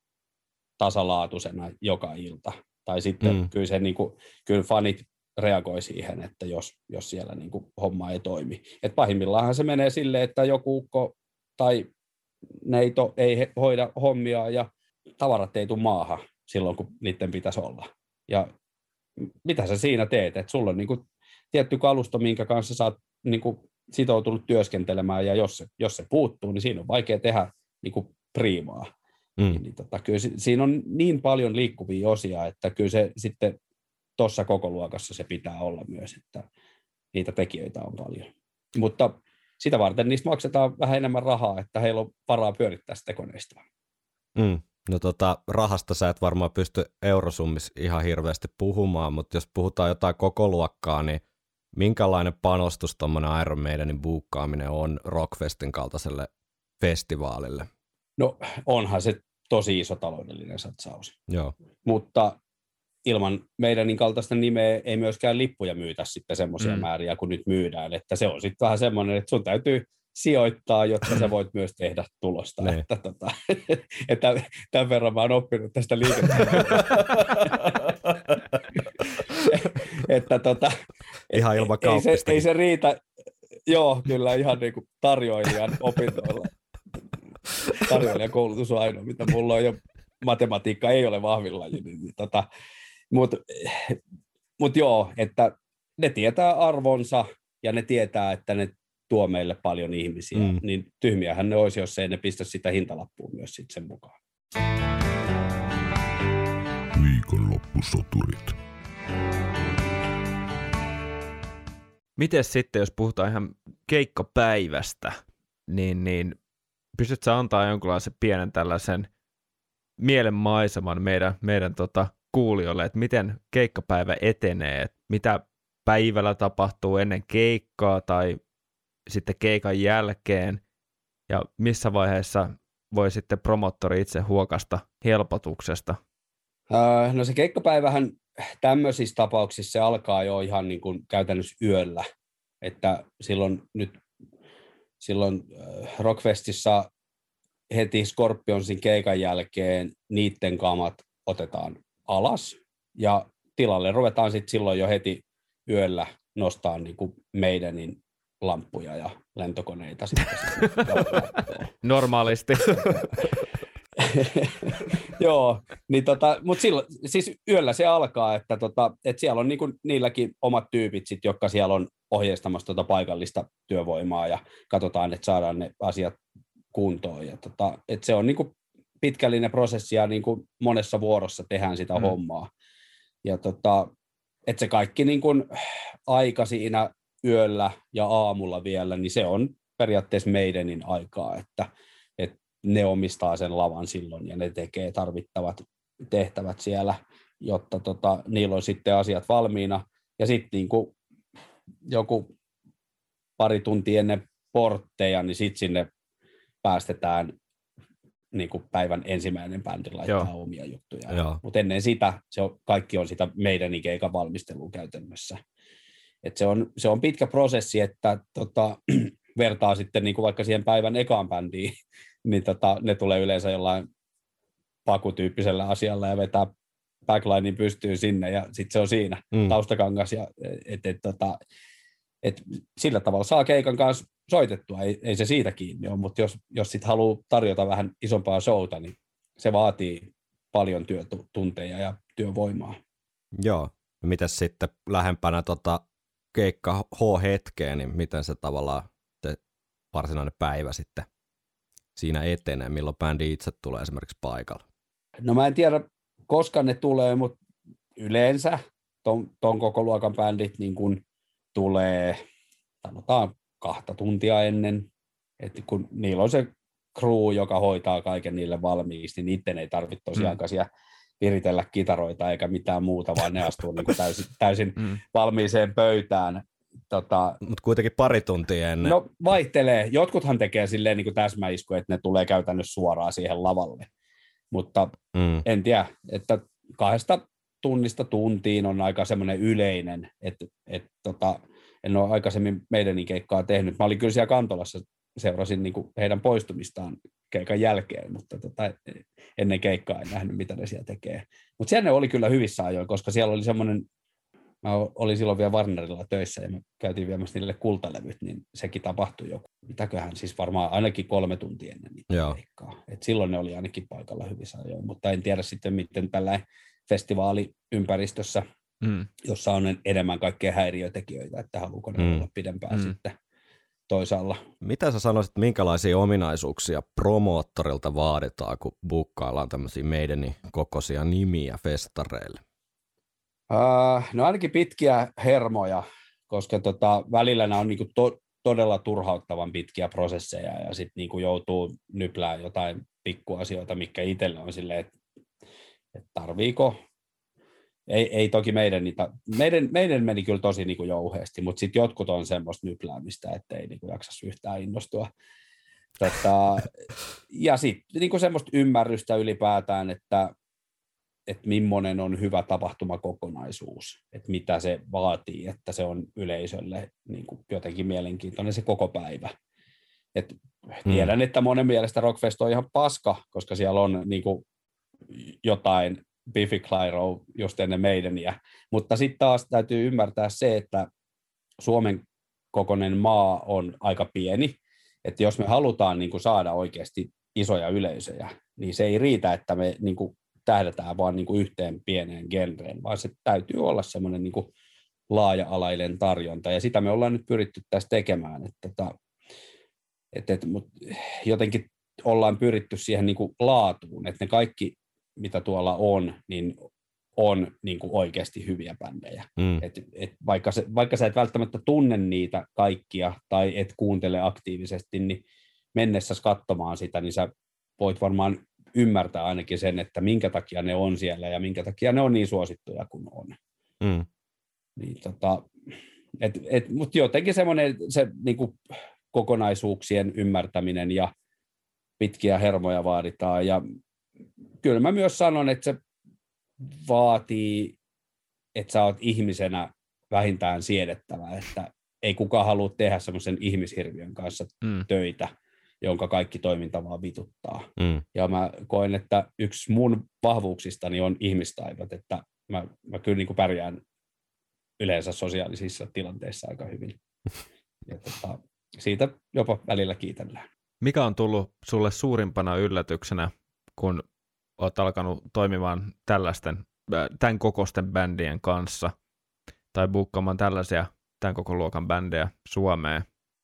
tasalaatuisena joka ilta. Tai sitten kyllä fanit reagoi siihen, että jos siellä homma ei toimi. Et pahimmillaan se menee silleen, että joku ukko tai neito ei hoida hommia ja tavarat ei tule maahan silloin, kun niiden pitäisi olla. Ja mitä sä siinä teet? Että sulla on tietty kalusto, minkä kanssa sä oot sitoutunut työskentelemään, ja jos se puuttuu, niin siinä on vaikea tehdä priimaa. Kyllä siinä on niin paljon liikkuvia osia, että kyllä se sitten tuossa koko luokassa se pitää olla myös, että niitä tekijöitä on paljon. Mutta sitä varten niistä maksetaan vähän enemmän rahaa, että heillä on varaa pyörittää sitä koneistoa. No rahasta sä et varmaan pysty eurosummissa ihan hirveästi puhumaan, mutta jos puhutaan jotain koko luokkaa, niin minkälainen panostus tuommoinen Iron Maidenin buukkaaminen on Rockfestin kaltaiselle festivaalille? No onhan se tosi iso taloudellinen satsaus. Joo. Mutta ilman meidänin kaltaista nimeä ei myöskään lippuja myytä sitten semmoisia määriä, kun nyt myydään. Että se on sitten vähän semmoinen, että sun täytyy sijoittaa, jotta sä voit myös tehdä tulosta. Että tämän verran mä oon oppinut tästä liiketoiminnasta. Ihan ilman kauppista. Ei se riitä, joo, kyllä ihan tarjoilijan opintoilla. Tarjoilijan koulutus on ainoa, mitä mulla on, ja matematiikka ei ole vahvillaji. Mutta joo, että ne tietää arvonsa ja ne tietää, että ne tuo meille paljon ihmisiä, niin tyhmiähän ne olisi, jos ei ne pistä sitä hintalappuun myös sitten sen mukaan. Viikonloppusoturit. Miten sitten, jos puhutaan ihan keikkapäivästä, niin pystytkö sä antaa jonkinlaisen pienen tällaisen mielenmaiseman meidän kuulijoille, että miten keikkapäivä etenee, että mitä päivällä tapahtuu ennen keikkaa tai sitten keikan jälkeen, ja missä vaiheessa voi sitten promottori itse huokasta helpotuksesta? No se keikkapäivähän tämmöisissä tapauksissa se alkaa jo ihan käytännössä yöllä, että silloin Rockfestissa heti Scorpionsin keikan jälkeen niiden kamat otetaan alas, ja tilalle ruvetaan sitten silloin jo heti yöllä nostaa meidänin lamppuja ja lentokoneita sitten. Normaalisti. Joo, niin mutta silloin, siis yöllä se alkaa, että siellä on niinku niilläkin omat tyypit, sit, jotka siellä on ohjeistamassa paikallista työvoimaa ja katsotaan, että saadaan ne asiat kuntoon. Ja että se on niinku pitkällinen prosessi ja niinku monessa vuorossa tehdään sitä hommaa. Ja että se kaikki niinku aika siinä yöllä ja aamulla vielä, niin se on periaatteessa meidänin aikaa, että ne omistaa sen lavan silloin ja ne tekee tarvittavat tehtävät siellä, jotta niillä on sitten asiat valmiina. Ja sitten niinku joku pari tuntia ennen portteja, niin sitten sinne päästetään niinku päivän ensimmäinen bändi laittaa omia juttuja. Mutta ennen sitä kaikki on sitä meidän keikan valmistelua käytännössä. Et se on pitkä prosessi, että vertaa sitten niinku vaikka siihen päivän ekaan bändiin, niin ne tulee yleensä jollain pakutyyppisellä asialla ja vetää backlinein pystyy sinne ja sitten se on siinä taustakangas. Ja, et sillä tavalla saa keikan kanssa soitettua, ei se siitä kiinni ole, mutta jos sitten haluaa tarjota vähän isompaa showta, niin se vaatii paljon työtunteja ja työvoimaa. Joo, mitäs sitten lähempänä keikka H-hetkeä, niin miten se tavallaan varsinainen päivä sitten siinä etenee, milloin bändi itse tulee esimerkiksi paikalle? No mä en tiedä, koska ne tulee, mutta yleensä ton koko luokan bändit niin kun tulee, sanotaan 2 tuntia ennen, että kun niillä on se crew, joka hoitaa kaiken niille valmiiksi, niin niiden ei tarvitse tosiaankaan siellä viritellä kitaroita eikä mitään muuta, vaan ne astuu niin kuin täysin valmiiseen pöytään. Mutta kuitenkin pari tuntia ennen. No vaihtelee. Jotkuthan tekee silleen niin kuin täsmäisku, että ne tulee käytännössä suoraan siihen lavalle. Mutta en tiedä, että 2 tunnista tuntiin on aika semmoinen yleinen, että en ole aikaisemmin meidän keikkaa tehnyt. Mä olin kyllä siellä Kantolassa, seurasin niin kuin heidän poistumistaan keikan jälkeen, mutta ennen keikkaa en nähnyt, mitä ne siellä tekee. Mutta siellä ne oli kyllä hyvissä ajoin, koska siellä oli semmoinen, mä olin silloin vielä Warnerilla töissä ja me käytiin viemässä niille kultalevyt, niin sekin tapahtui joku, mitäköhän, siis varmaan ainakin 3 tuntia ennen niitä keikkaa. Et silloin ne oli ainakin paikalla hyvissä ajoin, mutta en tiedä sitten, miten tällä festivaaliympäristössä, jossa on enemmän kaikkea häiriötekijöitä, että haluuko ne olla pidempään sitten toisaalla. Mitä sä sanoisit, minkälaisia ominaisuuksia promoottorilta vaaditaan, kun bukkaillaan tämmöisiä meidän kokoisia nimiä festareille? No ainakin pitkiä hermoja, koska välillä nämä on niinku todella turhauttavan pitkiä prosesseja ja sitten niinku joutuu nyplään jotain pikkuasioita, mikä itselle on silleen, että tarviiko. Ei toki meidän meni kyllä tosi niinku jouheesti, mutta sitten jotkut on semmoista nypläämistä, että ei niinku jaksa yhtään innostua. Ja sitten niinku semmoista ymmärrystä ylipäätään, että millainen on hyvä tapahtumakokonaisuus, että mitä se vaatii, että se on yleisölle niinku jotenkin mielenkiintoinen se koko päivä. Tiedän, että monen mielestä Rockfest on ihan paska, koska siellä on niinku jotain Biffy Clyro just ennen meidäniä, mutta sitten taas täytyy ymmärtää se, että Suomen kokoinen maa on aika pieni, että jos me halutaan niin kuin saada oikeasti isoja yleisöjä, niin se ei riitä, että me niin kuin tähdätään vaan niin kuin yhteen pieneen genreen, vaan se täytyy olla semmoinen niin kuin laaja-alainen tarjonta, ja sitä me ollaan nyt pyritty tässä tekemään, mutta jotenkin ollaan pyritty siihen niin kuin laatuun, että ne kaikki mitä tuolla on, niin on niin kuin oikeasti hyviä bändejä. Vaikka sä et välttämättä tunne niitä kaikkia tai et kuuntele aktiivisesti, niin mennessäsi katsomaan sitä, niin sä voit varmaan ymmärtää ainakin sen, että minkä takia ne on siellä ja minkä takia ne on niin suosittuja kuin on. Niin, mutta jotenkin semmoinen se niin kuin kokonaisuuksien ymmärtäminen ja pitkiä hermoja vaaditaan ja kyllä mä myös sanon, että se vaatii, että sä oot ihmisenä vähintään siedettävä, että ei kukaan halua tehdä semmoisen ihmishirviön kanssa töitä, jonka kaikki toiminta vaan vituttaa. Ja mä koen, että yksi mun vahvuuksistani on ihmistaidot, että mä kyllä niin kuin pärjään yleensä sosiaalisissa tilanteissa aika hyvin. Ja siitä jopa välillä kiitellään. Mikä on tullut sulle suurimpana yllätyksenä, kun olet alkanut toimimaan tämän kokoisten bändien kanssa tai buukkaamaan tällaisia tämän koko luokan bändejä Suomeen?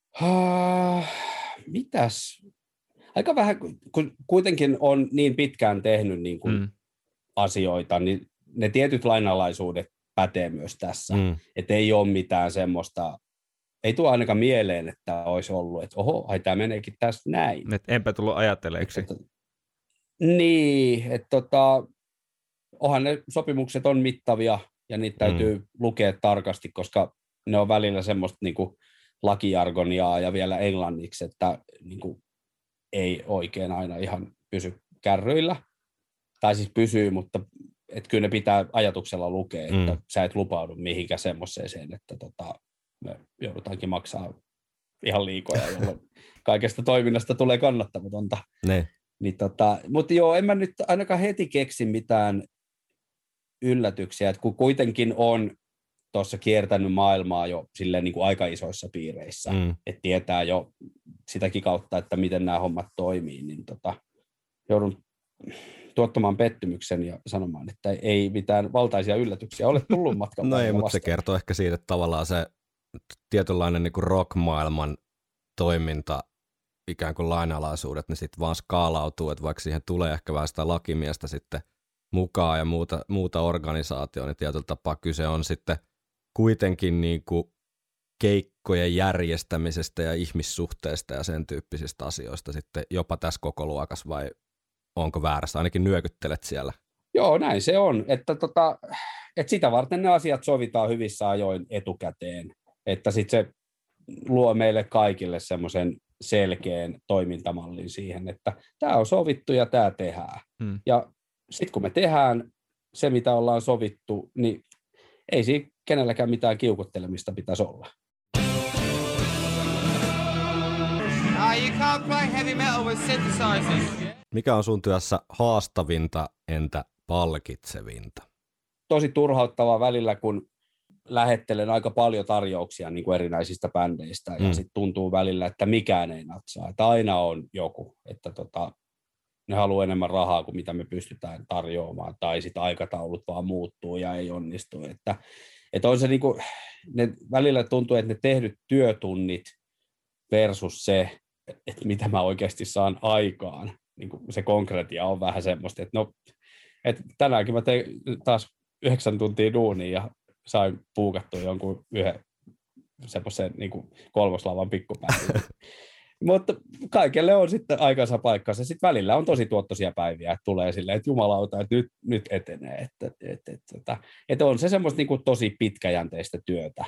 Mitäs? Aika vähän, kun kuitenkin on niin pitkään tehnyt niin kuin asioita, niin ne tietyt lainalaisuudet pätee myös tässä. Että ei ole mitään semmoista, ei tule ainakaan mieleen, että olisi ollut, että oho, tämä meneekin tässä näin. Et enpä tullut ajatelleeksi. Niin, että onhan ne sopimukset on mittavia ja niitä täytyy lukea tarkasti, koska ne on välillä semmoista niin kuin lakijargoniaa ja vielä englanniksi, että niin kuin ei oikein aina ihan pysy kärryillä. Tai siis pysyy, mutta että kyllä ne pitää ajatuksella lukea, että sä et lupaudu mihinkään semmoiseen, että me joudutaankin maksaa ihan liikoja, jolloin kaikesta toiminnasta tulee kannattamatonta. Niin mutta joo, en mä nyt ainakaan heti keksi mitään yllätyksiä, että kun kuitenkin on tuossa kiertänyt maailmaa jo silleen niin kuin aika isoissa piireissä, että tietää jo sitäkin kautta, että miten nämä hommat toimii, niin joudun tuottamaan pettymyksen ja sanomaan, että ei mitään valtaisia yllätyksiä ole tullut matkan No ei, vastaan. mutta se kertoo ehkä siitä, että tavallaan se tietynlainen niin kuin rock-maailman toiminta, ikään kuin lainalaisuudet, ne sitten vaan skaalautuu, että vaikka siihen tulee ehkä vähän sitä lakimiestä sitten mukaan ja muuta organisaatioon, niin tietyllä tapaa kyse on sitten kuitenkin niin kuin keikkojen järjestämisestä ja ihmissuhteista ja sen tyyppisistä asioista sitten jopa tässä koko luokassa, vai onko väärässä? Ainakin nyökyttelet siellä. Joo, näin se on, että sitä varten ne asiat sovitaan hyvissä ajoin etukäteen, että sitten se luo meille kaikille semmoisen selkeän toimintamallin siihen, että tämä on sovittu ja tämä tehdään. Ja sitten kun me tehdään se, mitä ollaan sovittu, niin ei siinä kenelläkään mitään kiukuttelemista pitäisi olla. You can't play heavy metal with synthesizers. Mikä on sun työssä haastavinta, entä palkitsevinta? Tosi turhauttavaa välillä, kun lähettelen aika paljon tarjouksia niin kuin erinäisistä bändeistä, ja sitten tuntuu välillä, että mikään ei natsaa, että aina on joku, että ne haluaa enemmän rahaa kuin mitä me pystytään tarjoamaan, tai sitten aikataulut vaan muuttuu ja ei onnistu, että on se niin kuin, ne välillä tuntuu, että ne tehdyt työtunnit versus se, että mitä mä oikeasti saan aikaan, niin kuin se konkretia on vähän semmoista, että että tänäänkin mä tein taas 9 tuntia duunia ja sain puukattua jonkun yhden semmoisen niin kuin kolmoslavan pikkupäivän. Mutta kaikelle on sitten aikansa paikkansa. Sitten välillä on tosi tuottoisia päiviä, että tulee silleen, että jumalauta, että nyt etenee. Että on se semmoista niin kuin tosi pitkäjänteistä työtä.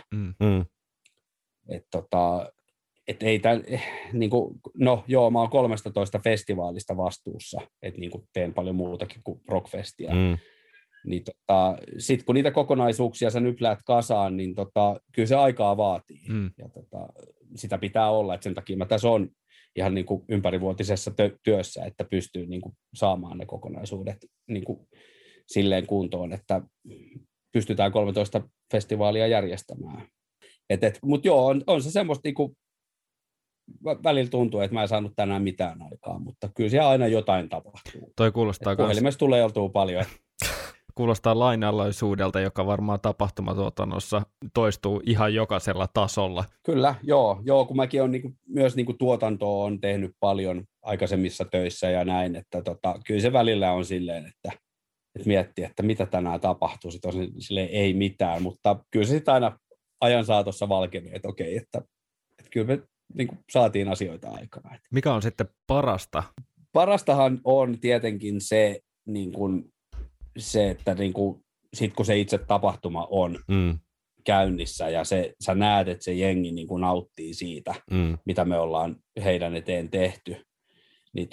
Että ei tämän, niin kuin, no joo, mä oon 13 festivaalista vastuussa, että niin kuin teen paljon muutakin kuin rockfestia. Niin sitten kun niitä kokonaisuuksia sä nypläät kasaan, niin kyllä se aikaa vaatii. Ja sitä pitää olla, että sen takia mä tässä on ihan niin kuin ympärivuotisessa työssä, että pystyy niin kuin saamaan ne kokonaisuudet niin kuin silleen kuntoon, että pystytään 13 festivaalia järjestämään. Mutta joo, on se semmoista niin kuin välillä tuntuu, että mä en saanut tänään mitään aikaa, mutta kyllä siellä aina jotain tapahtuu. Toi kuulostaa puhelimessa tulee oltua paljon. Kuulostaa lainalaisuudelta, joka varmaan tapahtumatuotannossa toistuu ihan jokaisella tasolla. Kyllä, joo, kun mäkin olen myös tuotantoa on tehnyt paljon aikaisemmissa töissä ja näin, että kyllä se välillä on silleen, että miettii, että mitä tänään tapahtuu, sitten on silleen ei mitään, mutta kyllä se sitten aina ajan saatossa valkenee, että okei, että kyllä me saatiin asioita aikaan. Mikä on sitten parasta? Parastahan on tietenkin se, että sit kun se itse tapahtuma on käynnissä ja sä näet, että se jengi nauttii siitä, mitä me ollaan heidän eteen tehty, niin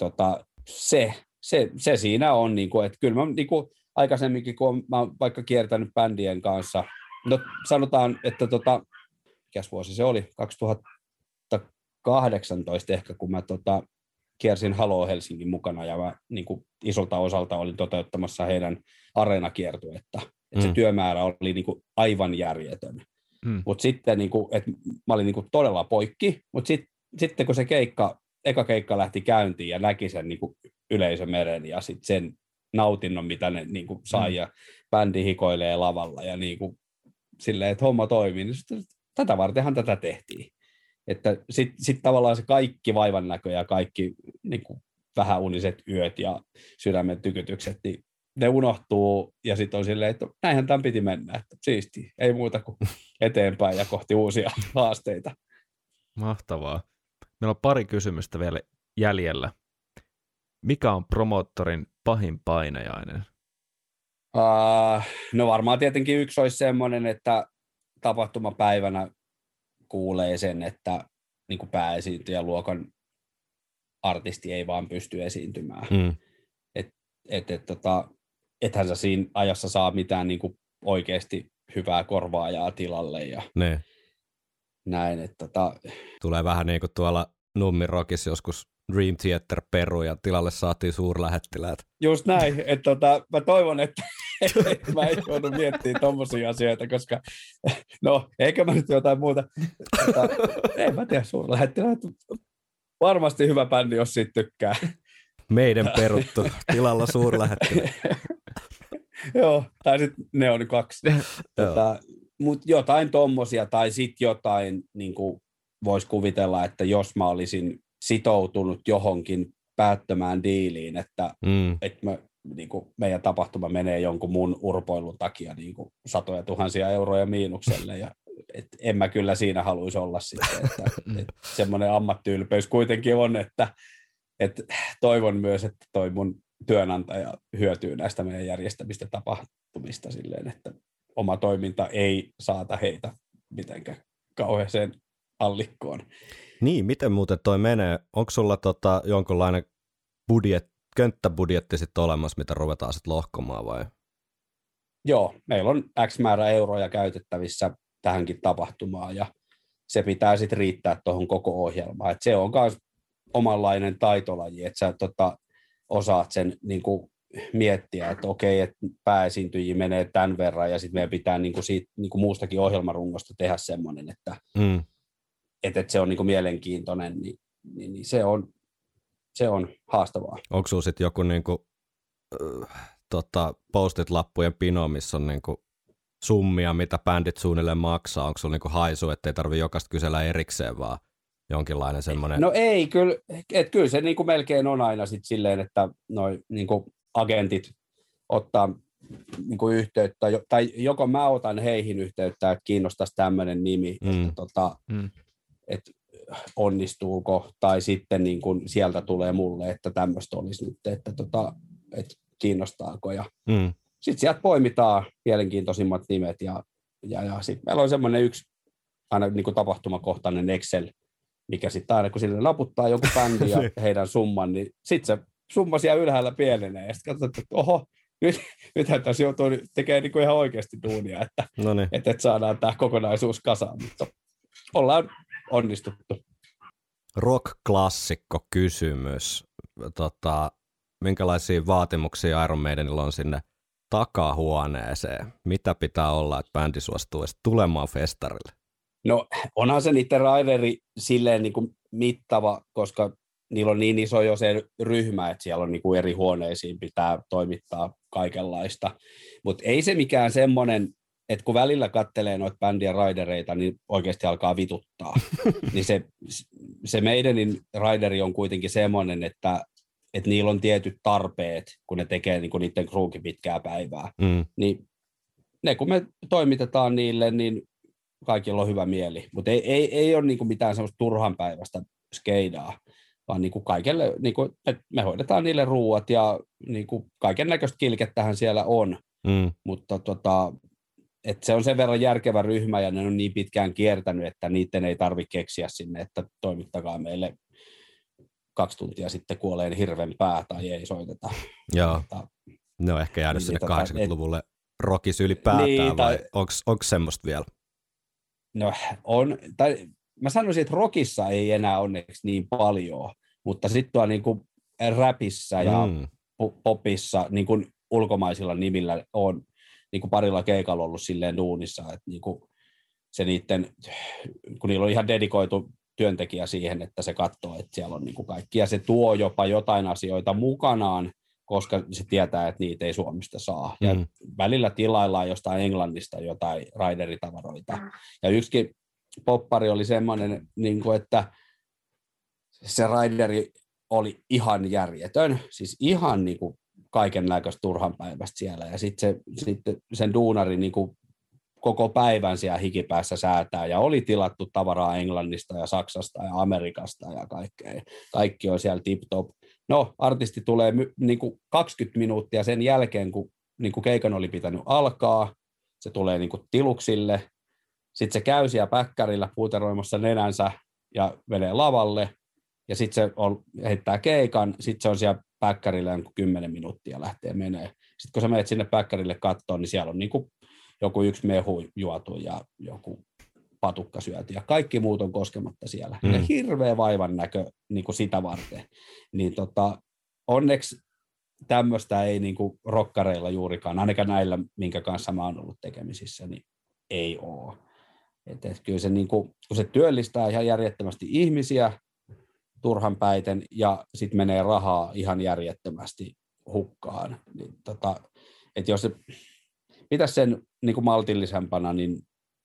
se siinä on, että kyllä mä aikaisemminkin, kun mä oon vaikka kiertänyt bändien kanssa, no sanotaan, että mikäs vuosi se oli, 2018 ehkä, kun mä kiersin Halo Helsingin mukana ja mä isolta osalta olin toteuttamassa heidän areenakiertuetta. Se työmäärä oli aivan järjetön. Mutta sitten niinku, mä olin niinku todella poikki, mutta sitten kun se eka keikka lähti käyntiin ja näki sen niinku yleisömeren ja sitten sen nautinnon, mitä ne niinku sai ja bändi hikoilee lavalla ja niinku silleen, että homma toimii, niin tätä vartenhan tätä tehtiin. Että sitten tavallaan se kaikki vaivannäkö ja kaikki niinku vähäuniset yöt ja sydämen tykytykset, niin ne unohtuu ja sitten on silleen, että näinhän tämän piti mennä, että siistiä, ei muuta kuin eteenpäin ja kohti uusia haasteita. Mahtavaa. Meillä on pari kysymystä vielä jäljellä. Mikä on promoottorin pahin painajainen? No varmaan tietenkin yksi olisi semmoinen, että tapahtumapäivänä kuulee sen, että niin kuin pääesiintyjäluokan artisti ei vaan pysty esiintymään. Ethän sä siinä ajassa saa mitään niin kuin oikeasti hyvää korvaajaa tilalle ja näin. Tulee vähän niin kuin tuolla Nummi-Rockissa joskus Dream Theater peru ja tilalle saatiin suurlähettiläät. Just näin, että mä toivon, että mä en joudu miettimään tommosia asioita, koska no, eikä mä nyt jotain muuta. En mä tiedä, suurlähettiläät. Varmasti hyvä bändi, jos siitä tykkää. Meidän peruttu tilalla suurlähettiläät. Joo, tai sitten ne on 2. Mutta jotain tommosia, tai sitten jotain, niin kuin voisi kuvitella, että jos mä olisin sitoutunut johonkin päättömään diiliin, että niin kuin meidän tapahtuma menee jonkun mun urpoilun takia niin kuin satoja tuhansia euroja miinukselle, ja en mä kyllä siinä haluaisi olla sitten, että semmoinen ammattiylpeys kuitenkin on, että toivon myös, että toi mun työnantaja hyötyy näistä meidän järjestämistä tapahtumista silleen, että oma toiminta ei saata heitä mitenkään kauheeseen allikkoon. Niin, miten muuten toi menee? Onko sulla jonkunlainen könttäbudjetti sitten olemassa, mitä ruvetaan sitten lohkomaan vai? Joo, meillä on X määrä euroja käytettävissä tähänkin tapahtumaan ja se pitää sitten riittää tuohon koko ohjelmaan. Et se on myös omanlainen taitolaji, että sä osaat sen niin kuin miettiä, että okei, että pääesiintyjiä menee tämän verran ja sitten meidän pitää niin kuin siitä niin kuin muustakin ohjelmarungosta tehdä semmoinen, että se on niin kuin mielenkiintoinen, niin se on haastavaa. Onko sinulla sitten joku niin kuin, postit-lappujen pino, missä on niin kuin summia, mitä bändit suunnilleen maksaa? Onko sinulla niin kuin haisu, ettei tarvitse jokaista kysellä erikseen, vaan jonkinlainen semmoinen? No ei, kyllä se niin kuin melkein on aina sit silleen, että noi niin kuin agentit ottaa niin kuin yhteyttä, tai joko mä otan heihin yhteyttä, että kiinnostaisi tämmöinen nimi, että onnistuuko, tai sitten niin kuin sieltä tulee mulle, että tämmöistä olisi nyt, että kiinnostaako, ja sitten sieltä poimitaan mielenkiintoisimmat nimet, ja sitten meillä on semmoinen yksi aina niin kuin tapahtumakohtainen Excel, mikä sitten aina kun sille naputtaa joku bändi ja heidän summan, niin sitten se summa siellä ylhäällä pienenee, ja sitten katsotaan, että oho, nythän tässä joutuu tekemään niin kuin ihan oikeasti duunia, että saadaan tämä kokonaisuus kasaan, mutta ollaan onnistuttu. Rock-klassikko kysymys. Minkälaisia vaatimuksia Iron Maidenilla on sinne takahuoneeseen? Mitä pitää olla, että bändi suostuu edes tulemaan festarille? No onhan se niiden raideri silleen niin kuin mittava, koska niillä on niin iso jo se ryhmä, että siellä on niin kuin eri huoneisiin pitää toimittaa kaikenlaista. Mutta ei se mikään semmoinen, että kun välillä kattelee noita bändien raidereita, niin oikeasti alkaa vituttaa. Niin se meidänin raideri on kuitenkin semmoinen, että niillä on tietyt tarpeet, kun ne tekee niin kuin niiden kruukin pitkää päivää. Niin ne kun me toimitetaan niille, niin kaikilla on hyvä mieli. Mutta ei ole niin kuin mitään semmoista turhanpäiväistä skeidaa, vaan niin kuin kaikille, niin kuin, me hoidetaan niille ruuat ja niin kuin kaiken näköistä kilkettähän siellä on. Mutta että se on sen verran järkevä ryhmä ja ne on niin pitkään kiertänyt, että niiden ei tarvitse keksiä sinne, että toimittakaa meille 2 tuntia sitten kuoleen hirven pää tai ei soiteta. Joo, ne on ehkä jäänyt sinne 80-luvulle rockis ylipäätään niin, vai onko semmoista vielä? No on, tai mä sanoisin, että rockissa ei enää onneksi niin paljon, mutta sitten tuo niin kuin räpissä ja popissa niin kuin ulkomaisilla nimillä on niin kuin parilla keikalla ollut silleen duunissa, että niin kuin se niiden, kun niillä on ihan dedikoitu työntekijä siihen, että se katsoo, että siellä on niin kuin kaikki, ja se tuo jopa jotain asioita mukanaan, koska se tietää, että niitä ei Suomesta saa. Ja välillä tilaillaan jostain Englannista jotain raideritavaroita. Ja yksikin poppari oli semmoinen, niin kuin, että se raideri oli ihan järjetön, siis ihan niin kuin kaiken näköistä turhanpäiväistä siellä. Ja sitten sen duunari niin kuin koko päivän siellä hikipäässä säätää, ja oli tilattu tavaraa Englannista ja Saksasta ja Amerikasta ja kaikkea. Kaikki on siellä tip-top. No, artisti tulee niin kuin 20 minuuttia sen jälkeen, kun niin kuin keikan oli pitänyt alkaa, se tulee niin kuin tiluksille, sitten se käy siellä päkkärillä puuteroimassa nenänsä ja menee lavalle, ja sitten se heittää keikan, sitten se on siellä päkkärillä 10 minuuttia lähtee menee. Sitten kun sä menet sinne päkkärille kattoon, niin siellä on niin kuin joku yksi mehu juotu ja joku patukka syöty, ja kaikki muut on koskematta siellä. Ja hirveä vaivan näkö niin kuin sitä varten. Niin onneksi tämmöistä ei niin kuin rokkareilla juurikaan, ainakaan näillä, minkä kanssa mä oon ollut tekemisissä, niin ei ole. Et kyllä se, niin kuin, kun se työllistää ihan järjettömästi ihmisiä turhanpäiten, ja sitten menee rahaa ihan järjettömästi hukkaan. Niin että jos se pitäisi sen niin kuin maltillisempana, niin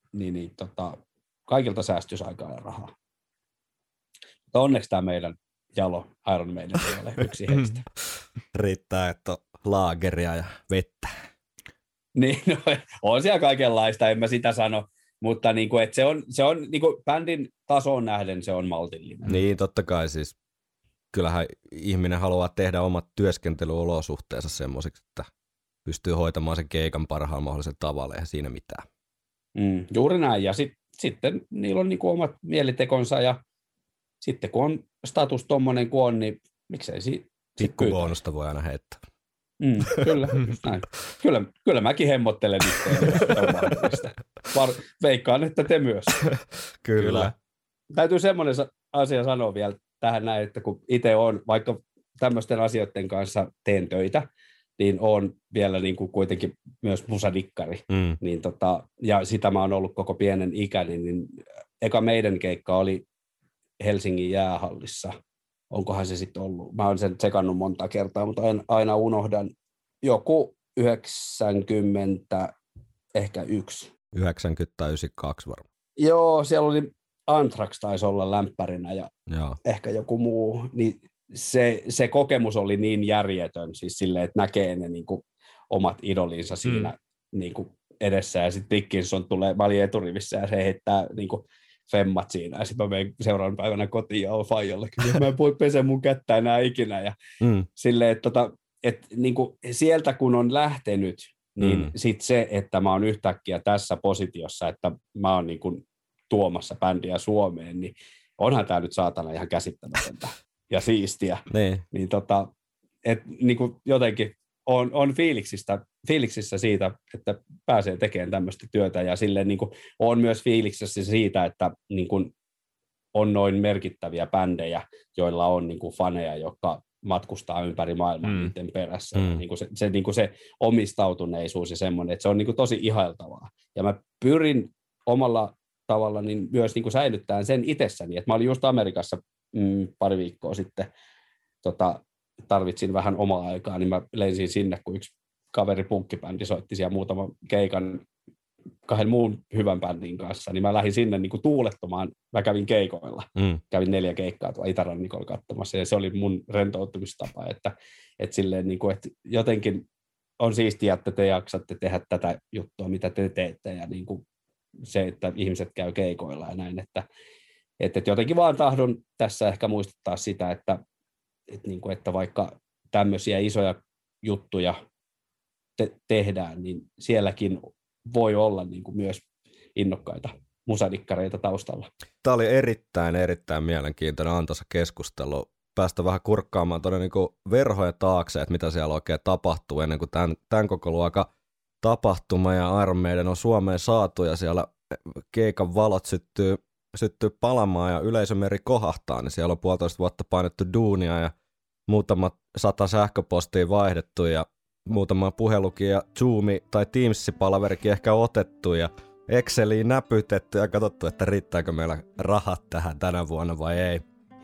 kaikilta säästyisi aikaa ja rahaa. Mutta onneksi tämä meidän jalo Iron Maiden ei ole yksi heistä. Riittää, että on laageria ja vettä. Niin, no, on siellä kaikenlaista, en mä sitä sano, mutta niin kuin, että se on niin kuin bändin tasoon nähden se on maltillinen. Niin, totta kai siis. Kyllähän ihminen haluaa tehdä omat työskentelyolosuhteensa semmoisiksi, että pystyy hoitamaan sen keikan parhaan mahdollisen tavalla, eihän siinä mitään. Juuri näin, ja sitten niillä on niinku omat mielitekonsa, ja sitten kun on status tommonen kuin on, niin miksei pikkubonusta voi aina heittää. Kyllä, just näin. Kyllä mäkin hemmottelen itseäni. Veikkaan, että te myös. Kyllä. Täytyy semmoinen asia sanoa vielä tähän näin, että kun itse on, vaikka tämmöisten asioiden kanssa teen töitä, niin on vielä niin kuin kuitenkin myös musadikkari. Niin ja sitä mä oon ollut koko pienen ikäni, niin eka meidän keikka oli Helsingin jäähallissa. Onkohan se sitten ollut? Mä oon sen tsekannut monta kertaa, mutta aina unohdan. Joku 90, ehkä 1. 90 tai 92 varmaan. Joo, siellä oli Anthrax taisi olla lämpärinä ja ehkä joku muu, niin se kokemus oli niin järjetön, siis silleen, että näkee ne niin kuin omat idolinsa siinä niin kuin edessä, ja sitten Dickinson tulee, mä olin eturivissä, ja se heittää niin kuin femmat siinä, ja sitten mä menen seuraavan päivänä kotiin ja olen faijalle, mä en voi peseä mun kättä enää ikinä, ja silleen, että niin kuin sieltä kun on lähtenyt, niin sitten se, että mä oon yhtäkkiä tässä positiossa, että mä oon niin kuin tuomassa bändiä Suomeen, niin onhan tämä nyt saatana ihan käsittämätöntä ja siistiä. Niin niin kuin jotenkin on fiiliksissä siitä, että pääsee tekemään tämmöistä työtä, ja silleen niin kuin on myös fiiliksissä siitä, että niin kuin on noin merkittäviä bändejä, joilla on niin kuin faneja, jotka matkustaa ympäri maailmaa niiden perässä. Niin kuin se omistautuneisuus ja semmoinen, että se on niin kuin tosi ihailtavaa. Ja mä pyrin omalla tavalla niin myös niin kuin säilyttämään sen itsessäni. Et mä olin just Amerikassa pari viikkoa sitten, tarvitsin vähän omaa aikaa, niin mä lensin sinne, kun yksi kaveri punkkibändi soitti siellä muutaman keikan 2 muun hyvän bändin kanssa, niin mä lähdin sinne niin kuin tuulettomaan. Mä kävin keikoilla. Kävin 4 keikkaa tuolla Itärannikolla katsomassa, ja se oli mun rentoutumistapa, että silleen, niin kuin, että jotenkin on siistiä, että te jaksatte tehdä tätä juttua, mitä te teette, ja niin kuin se, että ihmiset käy keikoilla ja näin, että jotenkin vaan tahdon tässä ehkä muistuttaa sitä, että vaikka tämmöisiä isoja juttuja tehdään, niin sielläkin voi olla niin kuin myös innokkaita musadikkareita taustalla. Tämä oli erittäin mielenkiintoinen antoisa keskustelu. Päästä vähän kurkkaamaan tuonne niin kuin verhojen taakse, että mitä siellä oikein tapahtuu ennen kuin tämän koko luokan tapahtuma ja Iron Maiden on Suomeen saatu, ja siellä keikan valot syttyy palamaan ja yleisömeri kohahtaa, niin siellä on 1,5 vuotta painettu duunia ja muutama 100 sähköpostia vaihdettu ja muutama puhelukin ja Zoomi tai Teams-palaverikin ehkä otettu, ja Exceliin näpytetty ja katsottu, että riittääkö meillä rahat tähän tänä vuonna vai ei.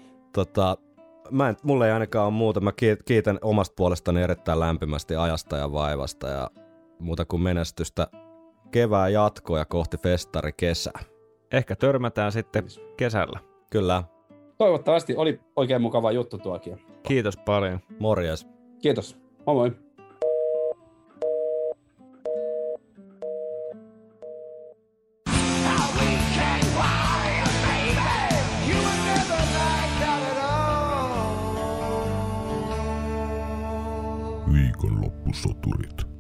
Mulle ei ainakaan ole muuta. Mä kiitän omasta puolestani erittäin lämpimästi ajasta ja vaivasta ja muuta kuin menestystä kevään jatkoa ja kohti festari kesää. Ehkä törmätään sitten kesällä. Kyllä. Toivottavasti oli oikein mukava juttu tuokin. Kiitos paljon. Morjes. Kiitos. Moi moi. Viikonloppusoturit.